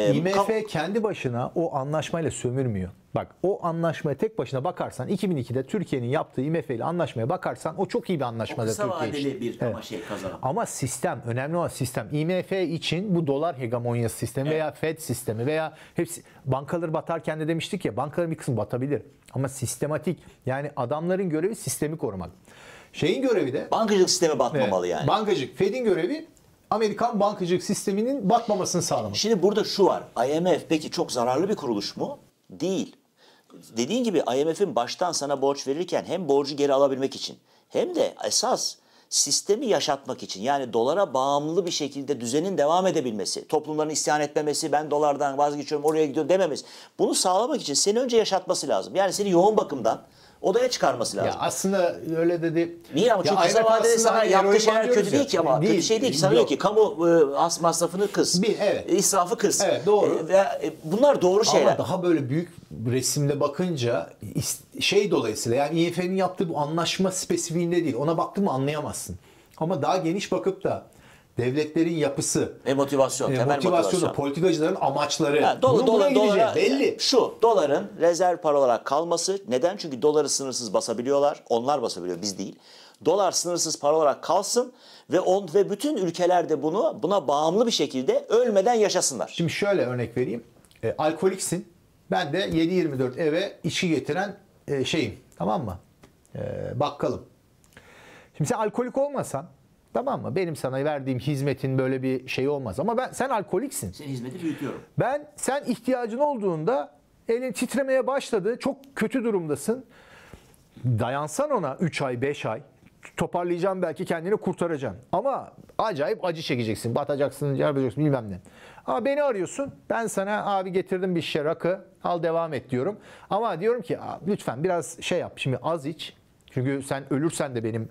IMF kendi başına o anlaşmayla sömürmüyor. Bak o anlaşmaya tek başına bakarsan 2002'de Türkiye'nin yaptığı IMF ile anlaşmaya bakarsan o çok iyi bir anlaşmada kısa Türkiye için. vadeli bir ama şey kazanım. Ama sistem, önemli olan sistem. IMF için bu dolar hegemonyası sistemi veya Fed sistemi veya hepsi, bankaları batarken de demiştik ya, bankaların bir kısmı batabilir. Ama sistematik, yani adamların görevi sistemi korumak. Şeyin görevi de Bankacılık sistemi batmamalı yani. bankacılık. Fed'in görevi Amerikan bankacılık sisteminin batmamasını sağlamak. Şimdi burada şu var. IMF peki çok zararlı bir kuruluş mu? Değil. Dediğin gibi IMF'in baştan sana borç verirken hem borcu geri alabilmek için hem de esas sistemi yaşatmak için, yani dolara bağımlı bir şekilde düzenin devam edebilmesi, toplumların isyan etmemesi, ben dolardan vazgeçiyorum oraya gidiyorum dememesi, bunu sağlamak için seni önce yaşatması lazım. Yani seni yoğun bakımdan odaya çıkarması lazım. Ya aslında öyle dedi. Niye ama? Çünkü kısa vadede sana yaptığı şeyler kötü değil ki ama. Kötü şey değil ki. Sana diyor ki kamu masrafını kıs. Evet. İsrafı kıs. Evet, doğru. Bunlar doğru şeyler. Ama daha böyle büyük resimde bakınca şey dolayısıyla, yani IMF'nin yaptığı bu anlaşma spesifiğinde değil. Ona baktın mı anlayamazsın. Ama daha geniş bakıp da devletlerin yapısı, Motivasyon, temel motivasyon. politikacıların amaçları. Yani dolara belli. Şu doların rezerv para olarak kalması. Neden? Çünkü doları sınırsız basabiliyorlar. Onlar basabiliyor, biz değil. Dolar sınırsız para olarak kalsın ve bütün ülkeler de buna bağımlı bir şekilde ölmeden yaşasınlar. Şimdi şöyle örnek vereyim. Alkoliksin. Ben de 7/24 eve içki getiren şeyim. Tamam mı? Bakkalım. Şimdi sen alkolik olmasan, tamam mı? Benim sana verdiğim hizmetin böyle bir şey olmaz. Ama sen alkoliksin. Senin hizmeti büyütüyorum. Sen ihtiyacın olduğunda elin titremeye başladı. Çok kötü durumdasın. Dayansan ona 3 ay, 5 ay. Toparlayacaksın, belki kendini kurtaracaksın. Ama acayip acı çekeceksin. Batacaksın, yapacaksın, bilmem ne. Ama beni arıyorsun. Ben sana abi getirdim bir şişe rakı. Al devam et diyorum. Ama diyorum ki lütfen biraz şey yap. Şimdi az iç. Çünkü sen ölürsen de benim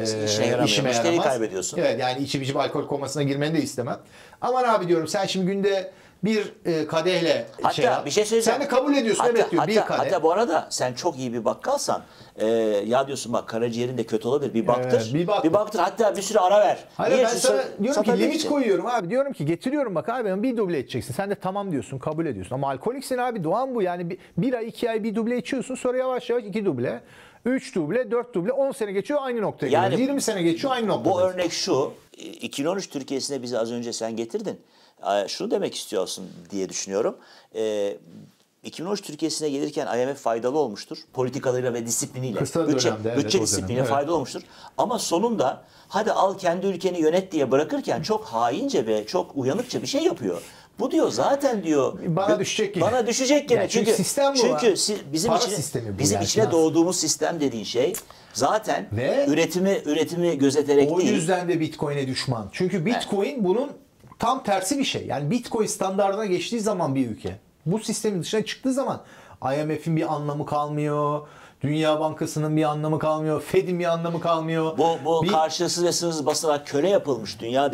işime yaramaz. Kaybediyorsun. Evet, yani içip alkol komasına girmeni de istemem. Aman abi diyorum, sen şimdi günde bir kadehle Hatta bir şey söyleyeceğim. Sen de kabul ediyorsun, evet diyor, bir kadeh. Hatta bu arada sen çok iyi bir bakkalsan ya diyorsun bak karaciğerin de kötü olabilir. Bir baktır. Bir baktır. Hatta bir süre ara ver. Hayır, Niye? ben sana diyorum ki limit Satabilirsin. koyuyorum abi. Diyorum ki getiriyorum bak abi, bir duble içeceksin. Sen de tamam diyorsun, kabul ediyorsun. Ama alkoliksin abi, doğan bu. Yani bir ay 2 ay bir duble içiyorsun, sonra yavaş yavaş 2 duble. 3 duble, 4 duble, 10 sene geçiyor aynı noktaya geliyoruz. 20 sene geçiyor aynı noktaya. Bu örnek şu. 2013 Türkiye'sine bizi az önce sen getirdin. Şunu demek istiyorsun diye düşünüyorum. 2013 Türkiye'sine gelirken IMF faydalı olmuştur. Politikalarıyla ve disipliniyle. Kısa dönemde, evet, bütçe o disipliniyle dönem, evet. faydalı olmuştur. Ama sonunda hadi al kendi ülkeni yönet diye bırakırken çok haince ve çok uyanıkça bir şey yapıyor. Bu diyor zaten diyor Bana düşecek gene. Bana düşecek gene. Yani çünkü sistem bu. Çünkü bizim Para içine, sistemi bu bizim yani. içine doğduğumuz sistem dediğin şey zaten Ve üretimi gözeterek o değil. yüzden de Bitcoin'e düşman. Çünkü Bitcoin bunun tam tersi bir şey. Yani Bitcoin standardına geçtiği zaman bir ülke, bu sistemin dışına çıktığı zaman IMF'in bir anlamı kalmıyor. Dünya Bankası'nın bir anlamı kalmıyor. Fed'in bir anlamı kalmıyor. Bu karşılıksız ve sınırsız basılarak köle yapılmış dünya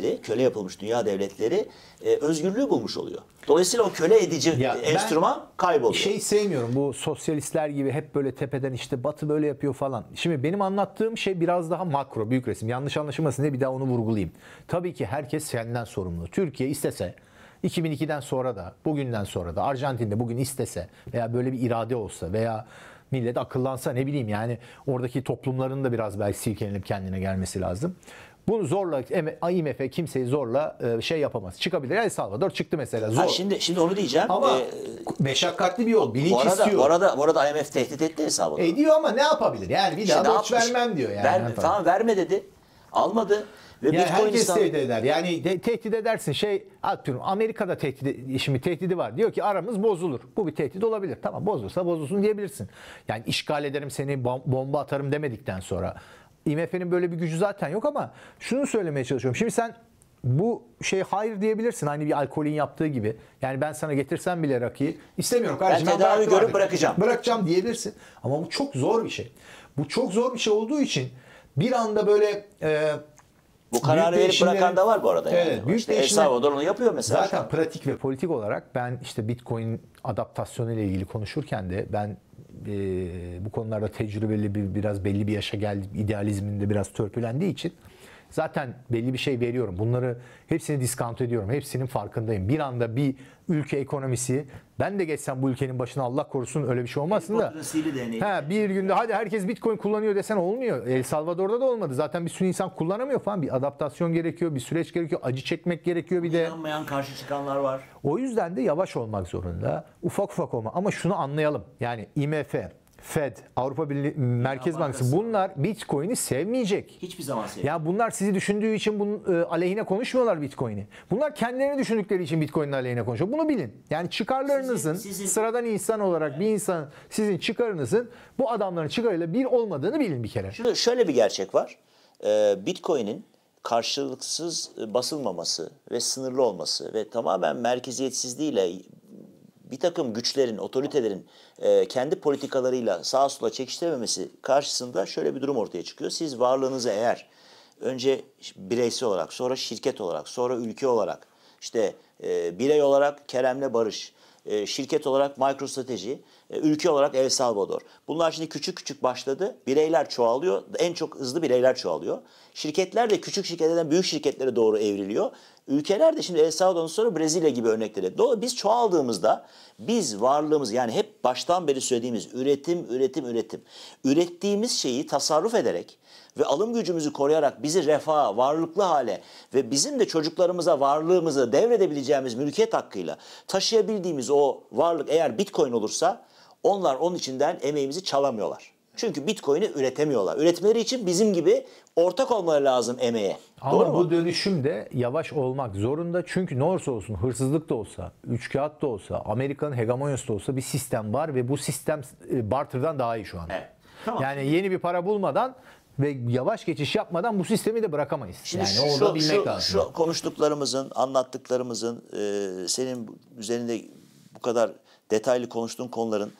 devletleri özgürlüğü bulmuş oluyor. Dolayısıyla o köle edici enstrüman kayboluyor. Sevmiyorum bu sosyalistler gibi hep böyle tepeden işte Batı böyle yapıyor falan. Şimdi benim anlattığım şey biraz daha makro, büyük resim. Yanlış anlaşılmasın diye bir daha onu vurgulayayım. Tabii ki herkes kendinden sorumlu. Türkiye istese 2002'den sonra da, bugünden sonra da, Arjantin'de bugün istese veya böyle bir irade olsa veya millet akıllansa, ne bileyim yani oradaki toplumların da biraz belki silkelenip kendine gelmesi lazım. Bunu zorla IMF kimseyi zorla şey yapamaz. Çıkabilir. El Salvador çıktı mesela. Zor. Şimdi onu diyeceğim. Ama meşakkatli bir yol. Bilinç istiyor. Bu arada IMF tehdit etti El Salvador. Ediyor ama ne yapabilir? Yani bir daha borç vermem diyor. Yani tamam verme dedi. Almadı. Ve yani Bitcoin herkes tehdit eder. Yani tehdit edersin. Atıyorum Amerika'da tehdidi var. Diyor ki aramız bozulur. Bu bir tehdit olabilir. Tamam, bozulsa bozulsun diyebilirsin. Yani işgal ederim seni, bomba atarım demedikten sonra. IMF'nin böyle bir gücü zaten yok ama şunu söylemeye çalışıyorum. Şimdi sen bu hayır diyebilirsin. Aynı bir alkolün yaptığı gibi. Yani ben sana getirsem bile rakıyı istemiyorum kardeşim. Ben tedavi görüp bırakacağım. Bırakacağım diyebilirsin. Ama bu çok zor bir şey. Bu çok zor bir şey olduğu için bir anda böyle bu kararı verip bırakan da var bu arada. Evet, yani. İşte El Salvador onu yapıyor mesela. Zaten pratik ve politik olarak ben işte Bitcoin adaptasyonu ile ilgili konuşurken de ben bu konularda tecrübeli biraz belli bir yaşa geldim. İdealizmin de biraz törpülendiği için zaten belli bir şey veriyorum. Bunları hepsini diskant ediyorum. Hepsinin farkındayım. Bir anda bir ülke ekonomisi, ben de geçsem bu ülkenin başına, Allah korusun öyle bir şey olmasın da. Bir günde hadi herkes Bitcoin kullanıyor desen olmuyor. El Salvador'da da olmadı. Zaten bir sürü insan kullanamıyor falan. Bir adaptasyon gerekiyor, bir süreç gerekiyor. Acı çekmek gerekiyor bir de. İnanmayan, karşı çıkanlar var. O yüzden de yavaş olmak zorunda. Ufak ufak olma. Ama şunu anlayalım. Yani IMF, Fed, Avrupa Birliği Merkez Bankası, bunlar Bitcoin'i sevmeyecek. Hiçbir zaman sevmeyecek. Ya bunlar sizi düşündüğü için bunun aleyhine konuşmuyorlar Bitcoin'i. Bunlar kendilerini düşündükleri için Bitcoin'in aleyhine konuşuyor. Bunu bilin. Yani çıkarlarınızın, sıradan insan olarak bir insan, sizin çıkarınızın bu adamların çıkarıyla bir olmadığını bilin bir kere. Şöyle bir gerçek var. Bitcoin'in karşılıksız basılmaması ve sınırlı olması ve tamamen merkeziyetsizliğiyle bir takım güçlerin, otoritelerin kendi politikalarıyla sağa sola çekiştirememesi karşısında şöyle bir durum ortaya çıkıyor. Siz varlığınızı eğer önce bireysel olarak, sonra şirket olarak, sonra ülke olarak, işte birey olarak Kerem'le Barış, şirket olarak MicroStrateji, ülke olarak El Salvador. Bunlar şimdi küçük küçük başladı. Bireyler çoğalıyor. En çok hızlı bireyler çoğalıyor. Şirketler de küçük şirketlerden büyük şirketlere doğru evriliyor. Ülkeler de şimdi El Salvador'dan sonra Brezilya gibi örnekleri. Dolayısıyla biz çoğaldığımızda biz varlığımız, yani hep baştan beri söylediğimiz üretim. Ürettiğimiz şeyi tasarruf ederek ve alım gücümüzü koruyarak bizi refaha, varlıklı hale ve bizim de çocuklarımıza varlığımızı devredebileceğimiz mülkiyet hakkıyla taşıyabildiğimiz o varlık eğer Bitcoin olursa onlar onun içinden emeğimizi çalamıyorlar. Çünkü Bitcoin'i üretemiyorlar. Üretmeleri için bizim gibi ortak olmaları lazım emeğe. Ama doğru mu? bu dönüşüm de yavaş olmak zorunda. Çünkü ne olursa olsun, hırsızlık da olsa, üçkağıt da olsa, Amerika'nın hegemonyası da olsa bir sistem var ve bu sistem barter'dan daha iyi şu anda. Evet. Tamam. Yani yeni bir para bulmadan ve yavaş geçiş yapmadan bu sistemi de bırakamayız. Şimdi yani orada bilmek lazım. Şu konuştuklarımızın, anlattıklarımızın, senin üzerinde bu kadar detaylı konuştuğun konuların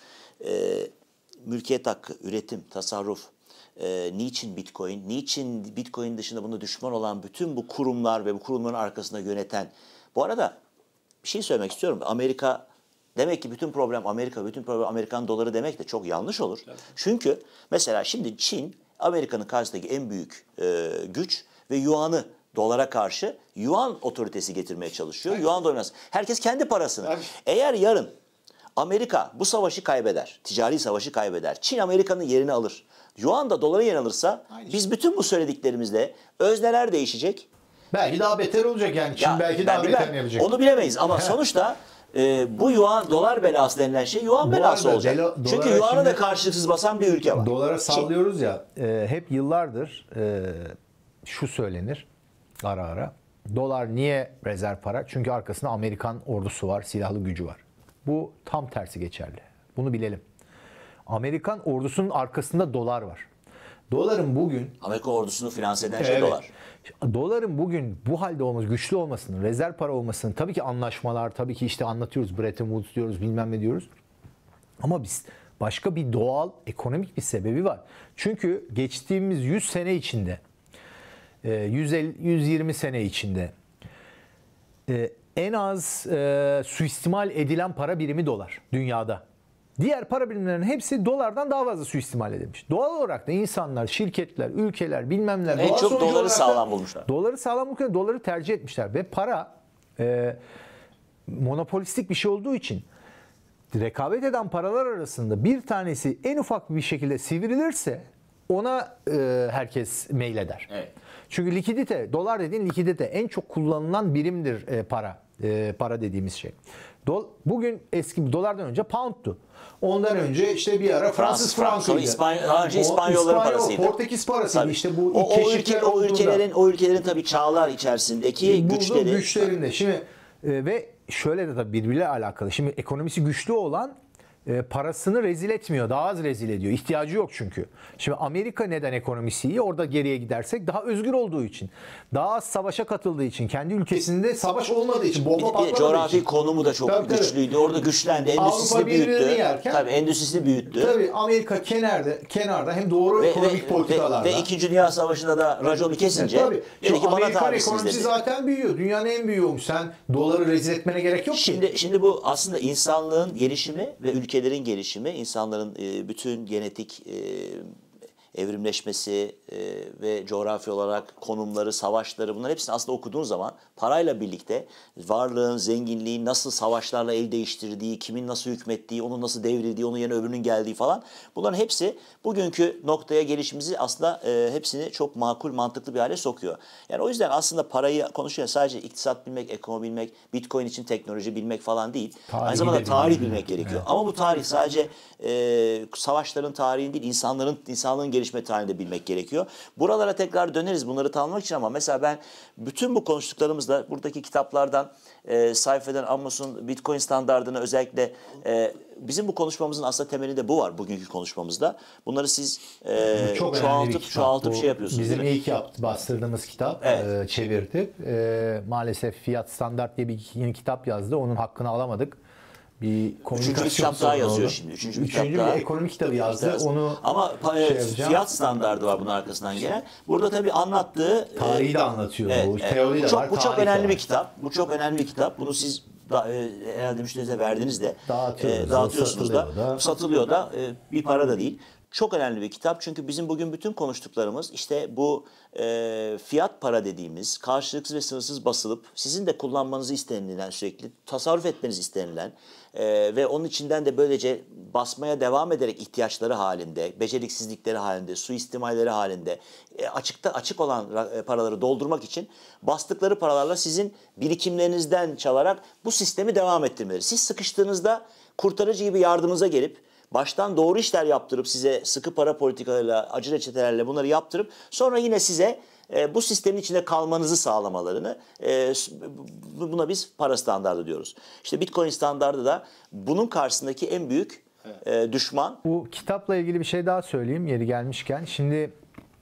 mülkiyet hakkı, üretim, tasarruf, niçin Bitcoin, niçin Bitcoin dışında buna düşman olan bütün bu kurumlar ve bu kurumların arkasında yöneten. Bu arada bir şey söylemek istiyorum. Amerika demek ki bütün problem Amerika, bütün problem Amerikan doları demek de çok yanlış olur. Çünkü mesela şimdi Çin Amerika'nın karşısındaki en büyük güç ve yuanı dolara karşı yuan otoritesi getirmeye çalışıyor. Yuan dominansı. Herkes kendi parasını. Eğer yarın Amerika bu savaşı kaybeder, ticari savaşı kaybeder, Çin Amerika'nın yerini alır, yuan da doların yerini alırsa biz bütün bu söylediklerimizde özneler değişecek. Belki daha beter olacak yani. Çin belki daha beter yapacak. Onu bilemeyiz ama sonuçta bu yuan dolar belası denilen şey yuan belası olacak. Çünkü yuanı da karşılıksız basan bir ülke var. Dolara sallıyoruz ya. Hep yıllardır şu söylenir ara ara. Dolar niye rezerv para? Çünkü arkasında Amerikan ordusu var, silahlı gücü var. Bu tam tersi geçerli. Bunu bilelim. Amerikan ordusunun arkasında dolar var. Doların bugün... Amerika ordusunu finanse eden şey dolar. Doların bugün bu halde olması, güçlü olmasının, rezerv para olmasının tabii ki anlaşmalar, tabii ki işte anlatıyoruz, Bretton Woods diyoruz, bilmem ne diyoruz. Ama biz başka bir doğal, ekonomik bir sebebi var. Çünkü geçtiğimiz 100 sene içinde, 120 sene içinde en az suistimal edilen para birimi dolar dünyada. Diğer para birimlerinin hepsi dolardan daha fazla suistimal edilmiş. Doğal olarak da insanlar, şirketler, ülkeler, bilmem neler... En çok doları sağlam bulmuşlar. Doları sağlam bulmuşlar, doları tercih etmişler. Ve para monopolistik bir şey olduğu için rekabet eden paralar arasında bir tanesi en ufak bir şekilde sivrilirse ona herkes meyleder. Evet. Çünkü likidite, dolar dediğin likidite en çok kullanılan birimdir para. Para dediğimiz şey. Bugün eski dolardan önce pound'tu. Ondan önce işte bir ara Fransız frankıydı. Daha önce İspanyolların parasıydı. Portekiz parasıydı. Tabii. İşte bu o ülkelerin tabii çağlar içerisindeki güçlerinde. Şimdi ve şöyle de tabii birbiriyle alakalı. Şimdi ekonomisi güçlü olan parasını rezil etmiyor. Daha az rezil ediyor. İhtiyacı yok çünkü. Şimdi Amerika neden ekonomisi iyi? Orada geriye gidersek daha özgür olduğu için. Daha az savaşa katıldığı için. Kendi ülkesinde savaş olmadığı için. Bomba patlamadığı coğrafi için. konumu da çok güçlüydü. Orada güçlendi. Endüstrisini büyüttü. Tabii endüstrisini büyüttü. Tabii Amerika kenarda hem doğru ekonomik politikalarla. Ve 2. Dünya Savaşı'nda da raconu kesince dedi ki bana Amerikan ekonomisi dedi. zaten büyüyor. Dünyanın en büyüğü olmuş. Sen doları rezil etmene gerek yok ki. Şimdi bu aslında insanlığın gelişimi ve ülkelerin gelişimi, insanların bütün genetik evrimleşmesi ve coğrafi olarak konumları, savaşları, bunların hepsini aslında okuduğun zaman parayla birlikte varlığın, zenginliğin nasıl savaşlarla el değiştirdiği, kimin nasıl hükmettiği, onun nasıl devrildiği, onun yerine öbürünün geldiği falan, bunların hepsi bugünkü noktaya gelişimizi aslında hepsini çok makul, mantıklı bir hale sokuyor. Yani o yüzden aslında parayı konuşuyoruz, sadece iktisat bilmek, ekonomi bilmek, Bitcoin için teknoloji bilmek falan değil. Aynı zamanda tarih bilmek gerekiyor. Evet. Ama bu tarih sadece savaşların tarihini değil, insanlığın gelişme tarihini de bilmek gerekiyor. Buralara tekrar döneriz bunları tanımak için, ama mesela ben bütün bu konuştuklarımızda buradaki kitaplardan, Saife'den Amos'un Bitcoin standardını özellikle bizim bu konuşmamızın aslında temelinde bu var bugünkü konuşmamızda. Bunları siz çoğaltıp şey yapıyorsunuz. Bizim ilk bastırdığımız kitap, evet. Çevirtip maalesef Fiyat Standart diye bir yeni kitap yazdı. Onun hakkını alamadık. Üçüncü bir kitap daha yazıyor şimdi. Üçüncü bir ekonomik kitabı yazdı. Onu ama fiyat standardı var bunun arkasından gelen. Burada tabii anlattığı tarihi de anlatıyor. Teori de var. Bu çok önemli bir kitap. Bu çok önemli bir kitap. Bunu siz herhalde müşterinize verdiniz de dağıtıyorsunuz da satılıyor da bir para da değil. Çok önemli bir kitap çünkü bizim bugün bütün konuştuklarımız işte bu fiyat para dediğimiz karşılıksız ve sınırsız basılıp sizin de kullanmanızı istenilen, sürekli tasarruf etmeniz istenilen ve onun içinden de böylece basmaya devam ederek ihtiyaçları halinde, beceriksizlikleri halinde, suistimalleri halinde açık olan paraları doldurmak için bastıkları paralarla sizin birikimlerinizden çalarak bu sistemi devam ettirmeleri. Siz sıkıştığınızda kurtarıcı gibi yardımınıza gelip baştan doğru işler yaptırıp size sıkı para politikalarıyla, acı reçetelerle bunları yaptırıp sonra yine size bu sistemin içinde kalmanızı sağlamalarını, buna biz para standardı diyoruz. İşte Bitcoin standardı da bunun karşısındaki en büyük düşman. Bu kitapla ilgili bir şey daha söyleyeyim yeri gelmişken. Şimdi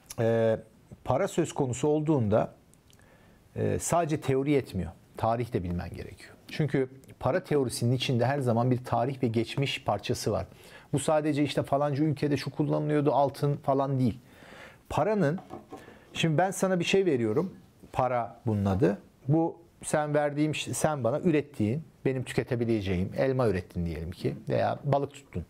para söz konusu olduğunda sadece teori yetmiyor. Tarih de bilmen gerekiyor. Çünkü para teorisinin içinde her zaman bir tarih ve geçmiş parçası var. Bu sadece işte falanca ülkede şu kullanılıyordu, altın falan değil. Paranın, şimdi ben sana bir şey veriyorum, para bunun adı. Bu sen bana ürettiğin benim tüketebileceğim elma ürettin diyelim ki veya balık tuttun.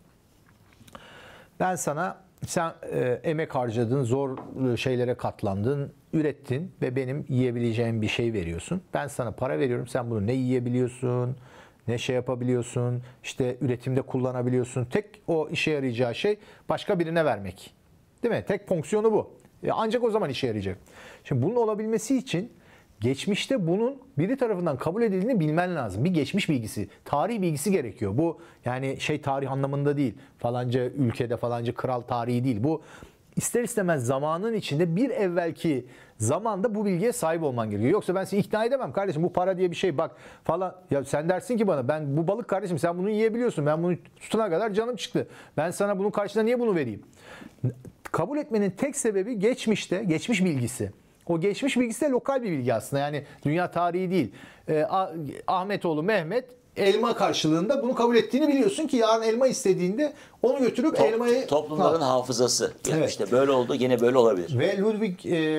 Ben sana sen emek harcadın, zor şeylere katlandın, ürettin ve benim yiyebileceğim bir şey veriyorsun. Ben sana para veriyorum. Sen bunu ne yiyebiliyorsun, ne şey yapabiliyorsun, işte üretimde kullanabiliyorsun. Tek o işe yarayacağı şey başka birine vermek. Değil mi? Tek fonksiyonu bu. Ancak o zaman işe yarayacak. Şimdi bunun olabilmesi için geçmişte bunun biri tarafından kabul edildiğini bilmen lazım. Bir geçmiş bilgisi, tarih bilgisi gerekiyor. Bu yani tarih anlamında değil. Falanca ülkede falanca kral tarihi değil. Bu ister istemez zamanın içinde bir evvelki zamanda bu bilgiye sahip olman gerekiyor. Yoksa ben seni ikna edemem kardeşim, bu para diye bir şey bak falan. Ya sen dersin ki bana, ben bu balık kardeşim sen bunu yiyebiliyorsun. Ben bunu tutana kadar canım çıktı. Ben sana bunun karşılığında niye bunu vereyim? Kabul etmenin tek sebebi geçmişte, geçmiş bilgisi. O geçmiş bilgisi de lokal bir bilgi aslında. Yani dünya tarihi değil. Ahmetoğlu Mehmet elma karşılığında bunu kabul ettiğini biliyorsun ki yarın elma istediğinde onu götürüp elmayı... Toplumların hafızası. Yani Evet. işte böyle oldu, yine böyle olabilir. Ve Ludwig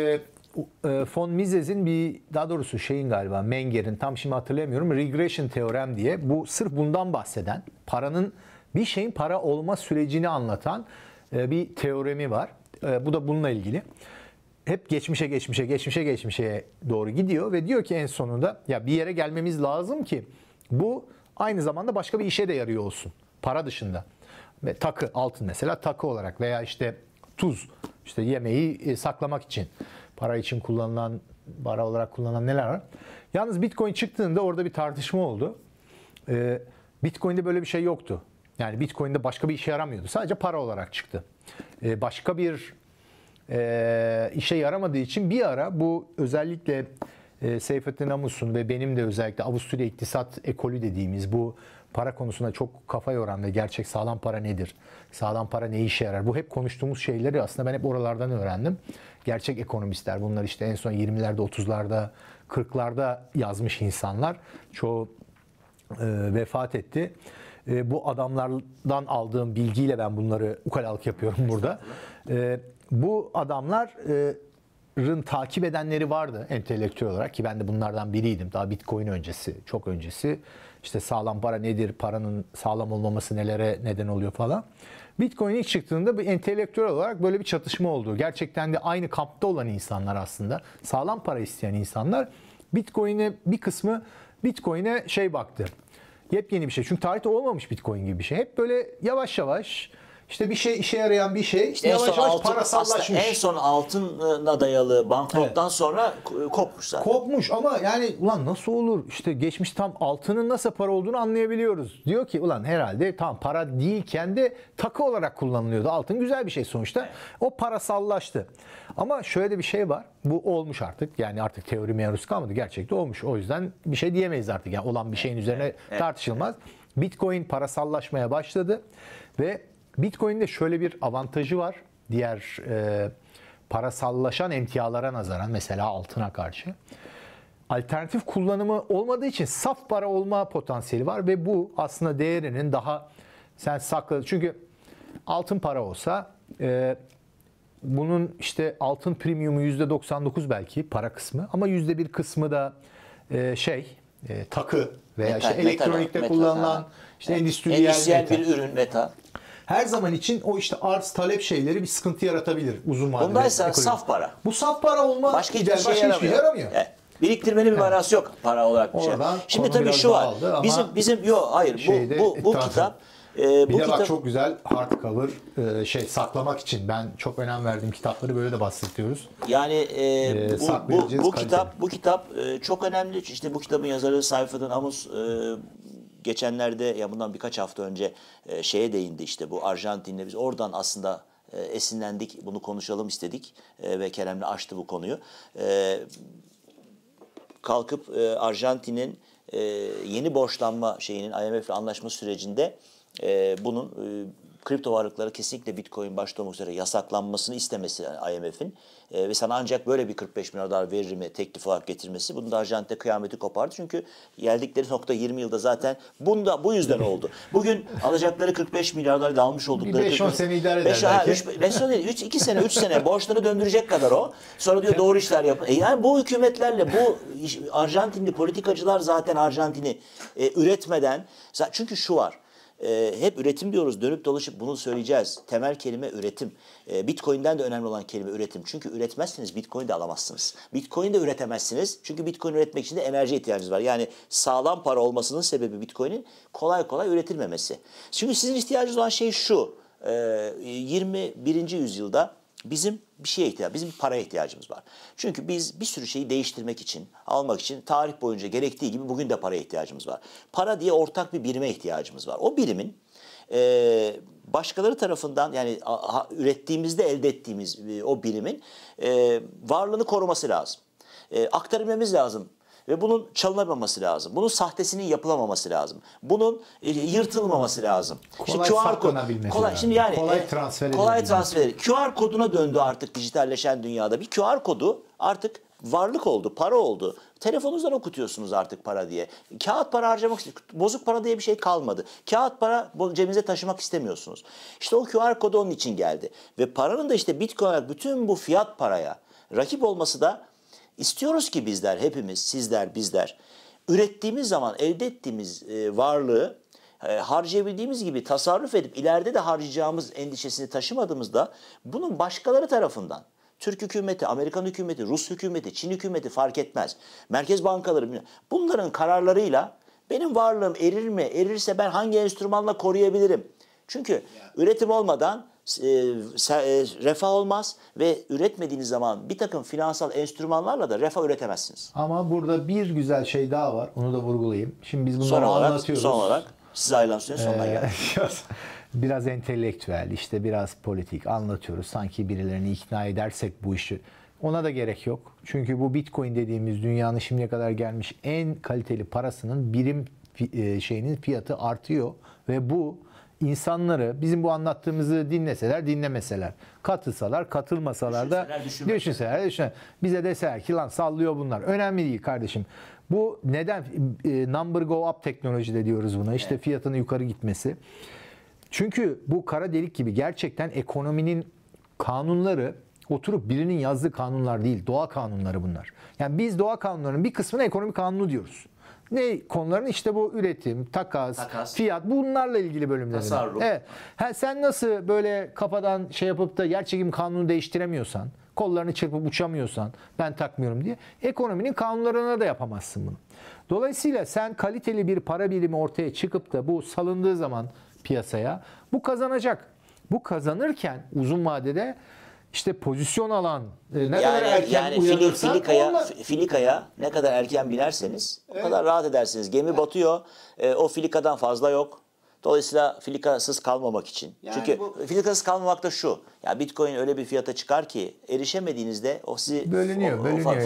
von Mises'in daha doğrusu galiba Menger'in, tam şimdi hatırlayamıyorum, regression teorem diye, bu sırf bundan bahseden, bir şeyin para olma sürecini anlatan bir teoremi var. Bu da bununla ilgili. Hep geçmişe doğru gidiyor ve diyor ki en sonunda ya bir yere gelmemiz lazım ki bu aynı zamanda başka bir işe de yarıyor olsun. Para dışında. Ve takı, altın mesela takı olarak veya işte tuz, işte yemeği saklamak için, para için kullanılan, para olarak kullanılan neler var? Yalnız Bitcoin çıktığında orada bir tartışma oldu. Bitcoin'de böyle bir şey yoktu. Yani Bitcoin'de başka bir işe yaramıyordu. Sadece para olarak çıktı. Başka bir işe yaramadığı için bir ara bu özellikle Seyfettin Amus'un ve benim de özellikle Avusturya İktisat Ekolü dediğimiz bu para konusunda çok kafa yoran ve gerçek sağlam para nedir? Sağlam para ne işe yarar? Bu hep konuştuğumuz şeyleri aslında ben hep oralardan öğrendim. Gerçek ekonomistler, bunlar işte en son 20'lerde, 30'larda, 40'larda yazmış insanlar. Çoğu vefat etti. Bu adamlardan aldığım bilgiyle ben bunları ukalalık yapıyorum burada. Bu adamların takip edenleri vardı entelektüel olarak ki ben de bunlardan biriydim. Daha Bitcoin öncesi, çok öncesi. İşte sağlam para nedir, paranın sağlam olmaması nelere neden oluyor falan. Bitcoin ilk çıktığında bir entelektüel olarak böyle bir çatışma oldu. Gerçekten de aynı kampta olan insanlar aslında. Sağlam para isteyen insanlar. Bir kısmı Bitcoin'e baktı. Yepyeni bir şey. Çünkü tarihte olmamış Bitcoin gibi bir şey. Hep böyle yavaş yavaş işte bir şey, işe yarayan bir şey. İşte yavaş yavaş parasallaşmış. aslında en son altına dayalı banknottan sonra kopmuş zaten. Kopmuş ama yani ulan nasıl olur? İşte geçmiş tam altının nasıl para olduğunu anlayabiliyoruz. Diyor ki ulan herhalde tam para değilken de takı olarak kullanılıyordu. Altın güzel bir şey sonuçta. O parasallaştı. Ama şöyle de bir şey var. Bu olmuş artık. Yani artık teori maruz kalmadı. Gerçekte olmuş. O yüzden bir şey diyemeyiz artık. Yani olan bir şeyin üzerine tartışılmaz. Bitcoin parasallaşmaya başladı ve Bitcoin'de şöyle bir avantajı var. Diğer parasallaşan emtialara nazaran, mesela altına karşı. Alternatif kullanımı olmadığı için saf para olma potansiyeli var ve bu aslında değerinin daha sen sakladın. Çünkü altın para olsa bunun işte altın premiumu %99 belki para kısmı ama %1 kısmı da takı veya elektronikte kullanılan endüstriyel bir ürün metal. Her zaman için o işte arz talep şeyleri bir sıkıntı yaratabilir uzun vadede. Bundaysa saf para. Bu saf para olma Başka hiçbir şey yaramıyor. Biriktirmenin bir manası yok para olarak bir şey. Şimdi tabii şu var. Bu kitap bir de bak çok güzel hardcover saklamak için ben çok önem verdiğim kitapları böyle de bahsediyoruz. Yani bu kitap çok önemli. İşte bu kitabın yazarı Seyfettin Amus geçenlerde ya bundan birkaç hafta önce değindi işte bu Arjantin'le biz oradan aslında esinlendik. Bunu konuşalım istedik ve Kerem'le açtı bu konuyu. Kalkıp Arjantin'in yeni borçlanma IMF'le anlaşma sürecinde bunun kripto varlıkları kesinlikle Bitcoin başta olmak üzere yasaklanmasını istemesi IMF'in ve sana ancak böyle bir 45 milyar dolar verimi teklif olarak getirmesi bunun da Arjantin'de kıyameti kopardı. Çünkü geldikleri nokta 20 yılda zaten bu yüzden oldu. Bugün alacakları 45 milyar dolar almış oldukları 5-10 sene idare eder belki. 5 sene değil, 2 sene 3 sene borçları döndürecek kadar o. Sonra diyor doğru işler yapın. Yani bu hükümetlerle bu Arjantinli politikacılar zaten Arjantin'i üretmeden, çünkü şu var. Hep üretim diyoruz, dönüp dolaşıp bunu söyleyeceğiz. Temel kelime üretim. Bitcoin'den de önemli olan kelime üretim. Çünkü üretmezseniz Bitcoin de alamazsınız. Bitcoin de üretemezsiniz. Çünkü Bitcoin üretmek için de enerji ihtiyacınız var. Yani sağlam para olmasının sebebi Bitcoin'in kolay kolay üretilmemesi. Çünkü sizin ihtiyacınız olan şey şu. 21. yüzyılda bizim bir şeye ihtiyacımız, bizim paraya ihtiyacımız var. Çünkü biz bir sürü şeyi değiştirmek için, almak için tarih boyunca gerektiği gibi bugün de paraya ihtiyacımız var. Para diye ortak bir birime ihtiyacımız var. O birimin başkaları tarafından, yani ürettiğimizde elde ettiğimiz o birimin varlığını koruması lazım. Aktarabilmemiz lazım. Ve bunun çalınamaması lazım. Bunun sahtesinin yapılamaması lazım. Bunun yırtılmaması lazım. Kolay saklanabilmesi lazım. Şimdi yani kolay transfer. QR koduna döndü artık dijitalleşen dünyada. Bir QR kodu artık varlık oldu, para oldu. Telefonunuzdan okutuyorsunuz artık para diye. Kağıt para harcamak istiyorsunuz. Bozuk para diye bir şey kalmadı. Kağıt para cebinize taşımak istemiyorsunuz. İşte o QR kodu onun için geldi. Ve paranın da işte Bitcoin, bütün bu fiyat paraya rakip olması da İstiyoruz ki bizler, hepimiz, sizler, bizler ürettiğimiz zaman elde ettiğimiz varlığı harcayabildiğimiz gibi tasarruf edip ileride de harcayacağımız endişesini taşımadığımızda bunun başkaları tarafından, Türk hükümeti, Amerikan hükümeti, Rus hükümeti, Çin hükümeti fark etmez. Merkez bankaları, bunların kararlarıyla benim varlığım erir mi? Erirse ben hangi enstrümanla koruyabilirim? Çünkü üretim olmadan refah olmaz ve üretmediğiniz zaman bir takım finansal enstrümanlarla da refah üretemezsiniz. Ama burada bir güzel şey daha var. Onu da vurgulayayım. Şimdi biz bunları anlatıyoruz. Son olarak size ayrılan sürenin sonuna geldik. Biraz entelektüel, işte biraz politik anlatıyoruz. Sanki birilerini ikna edersek bu işi. Ona da gerek yok. Çünkü bu Bitcoin dediğimiz dünyanın şimdiye kadar gelmiş en kaliteli parasının birim şeyinin fiyatı artıyor ve bu insanları bizim bu anlattığımızı dinleseler, dinlemeseler, katılsalar, katılmasalar da düşünseler. Bize deseler ki lan sallıyor bunlar. Önemli değil kardeşim. Bu neden number go up teknoloji de diyoruz buna. İşte fiyatının yukarı gitmesi. Çünkü bu kara delik gibi gerçekten ekonominin kanunları oturup birinin yazdığı kanunlar değil. Doğa kanunları bunlar. Yani biz doğa kanunlarının bir kısmına ekonomi kanunu diyoruz. Ne konuların? İşte bu üretim, takas, fiyat, bunlarla ilgili bölümler. Tasarruf. Evet. Sen nasıl böyle kafadan şey yapıp da yerçekim kanunu değiştiremiyorsan, kollarını çırpıp uçamıyorsan, ben takmıyorum diye, ekonominin kanunlarına da yapamazsın bunu. Dolayısıyla sen kaliteli bir para birimi ortaya çıkıp da bu salındığı zaman piyasaya, bu kazanacak. Bu kazanırken uzun vadede İşte pozisyon alan ne kadar erken uyanırsan filikaya ne kadar erken binerseniz o kadar rahat edersiniz. Gemi batıyor, o filikadan fazla yok. Dolayısıyla filikasız kalmamak için. Yani çünkü filikasız kalmamak da şu. Ya Bitcoin öyle bir fiyata çıkar ki erişemediğinizde o sizi bölünüyor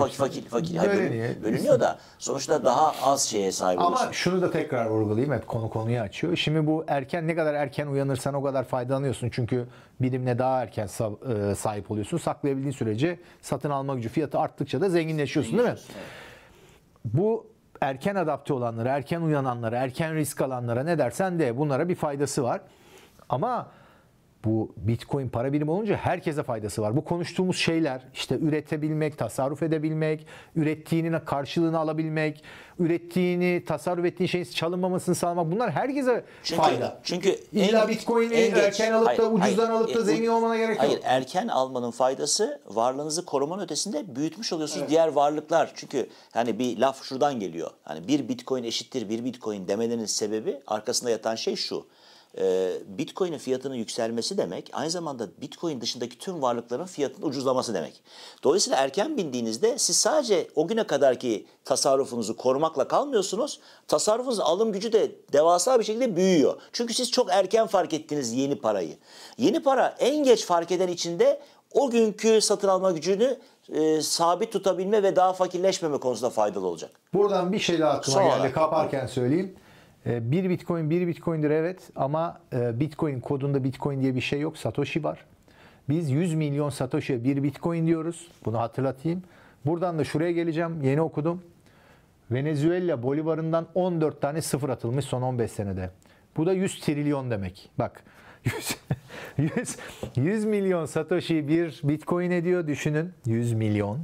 da sonuçta daha az şeye sahip olursunuz. Ama şunu da tekrar vurgulayayım. Hep konuyu açıyor. Şimdi bu ne kadar erken uyanırsan o kadar faydalanıyorsun. Çünkü birimine daha erken sahip oluyorsun. Saklayabildiğin sürece satın alma gücü fiyatı arttıkça da zenginleşiyorsun değil mi? Evet. Bu erken adapte olanlara, erken uyananlara, erken risk alanlara ne dersen de bunlara bir faydası var. Ama bu Bitcoin para birimi olunca herkese faydası var. Bu konuştuğumuz şeyler işte üretebilmek, tasarruf edebilmek, ürettiğinin karşılığını alabilmek, ürettiğini, tasarruf ettiğin şeyin çalınmamasını sağlamak, bunlar herkese fayda. Çünkü İlla Bitcoin'i erken alıp da ucuzdan alıp da zengin olmana gerek yok. Hayır, erken almanın faydası varlığınızı korumanın ötesinde büyütmüş oluyorsunuz diğer varlıklar. Çünkü hani bir laf şuradan geliyor. Hani bir Bitcoin eşittir bir Bitcoin demelerinin sebebi, arkasında yatan şey şu. Bitcoin'in fiyatının yükselmesi demek, aynı zamanda Bitcoin dışındaki tüm varlıkların fiyatının ucuzlaması demek. Dolayısıyla erken bindiğinizde siz sadece o güne kadarki tasarrufunuzu korumakla kalmıyorsunuz. Tasarrufunuzun alım gücü de devasa bir şekilde büyüyor. Çünkü siz çok erken fark ettiniz yeni parayı. Yeni para en geç fark eden için de o günkü satın alma gücünü sabit tutabilme ve daha fakirleşmeme konusunda faydalı olacak. Buradan bir şey daha aklıma geldi. Kaparken söyleyeyim. Bir Bitcoin bir Bitcoin'dir evet ama Bitcoin kodunda Bitcoin diye bir şey yok. Satoshi var. Biz 100 milyon Satoshi'ye bir Bitcoin diyoruz. Bunu hatırlatayım. Buradan da şuraya geleceğim. Yeni okudum. Venezuela Bolivar'ından 14 tane sıfır atılmış son 15 senede. Bu da 100 trilyon demek. Bak 100 milyon Satoshi bir Bitcoin ediyor. Düşünün 100 milyon.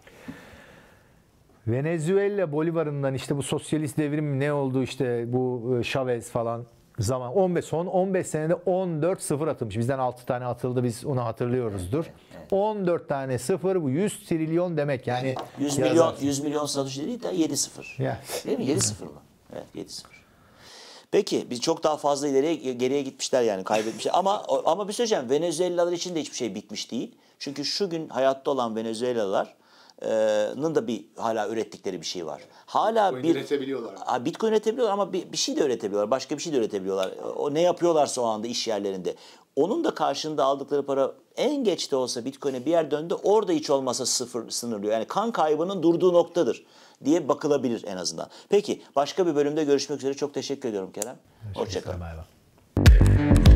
Venezuela Bolivar'ından işte bu sosyalist devrim ne oldu işte bu Chavez falan zaman son 15 senede 14 sıfır atılmış. Bizden 6 tane atıldı biz onu hatırlıyoruzdur. 14 tane sıfır bu 100 trilyon demek yani 100 milyon Satoshi değil de 7 sıfır. Değil mi? 7 sıfır mı? Evet 7 sıfır. Peki biz çok daha fazla geriye gitmişler yani kaybetmişler ama bir söyleyeceğim Venezuelalılar için de hiçbir şey bitmiş değil. Çünkü şu gün hayatta olan Venezuelalıların da hala ürettikleri bir şey var. Hala Bitcoin üretebiliyorlar. Bitcoin üretebiliyorlar ama bir şey de üretebiliyorlar. Başka bir şey de üretebiliyorlar. O ne yapıyorlarsa o anda iş yerlerinde. Onun da karşılığında aldıkları para en geç de olsa Bitcoin'e bir yer döndü. Orada hiç olmasa sıfır sınırlıyor. Yani kan kaybının durduğu noktadır diye bakılabilir en azından. Peki başka bir bölümde görüşmek üzere. Çok teşekkür ediyorum Kerem. Hoşça kalın.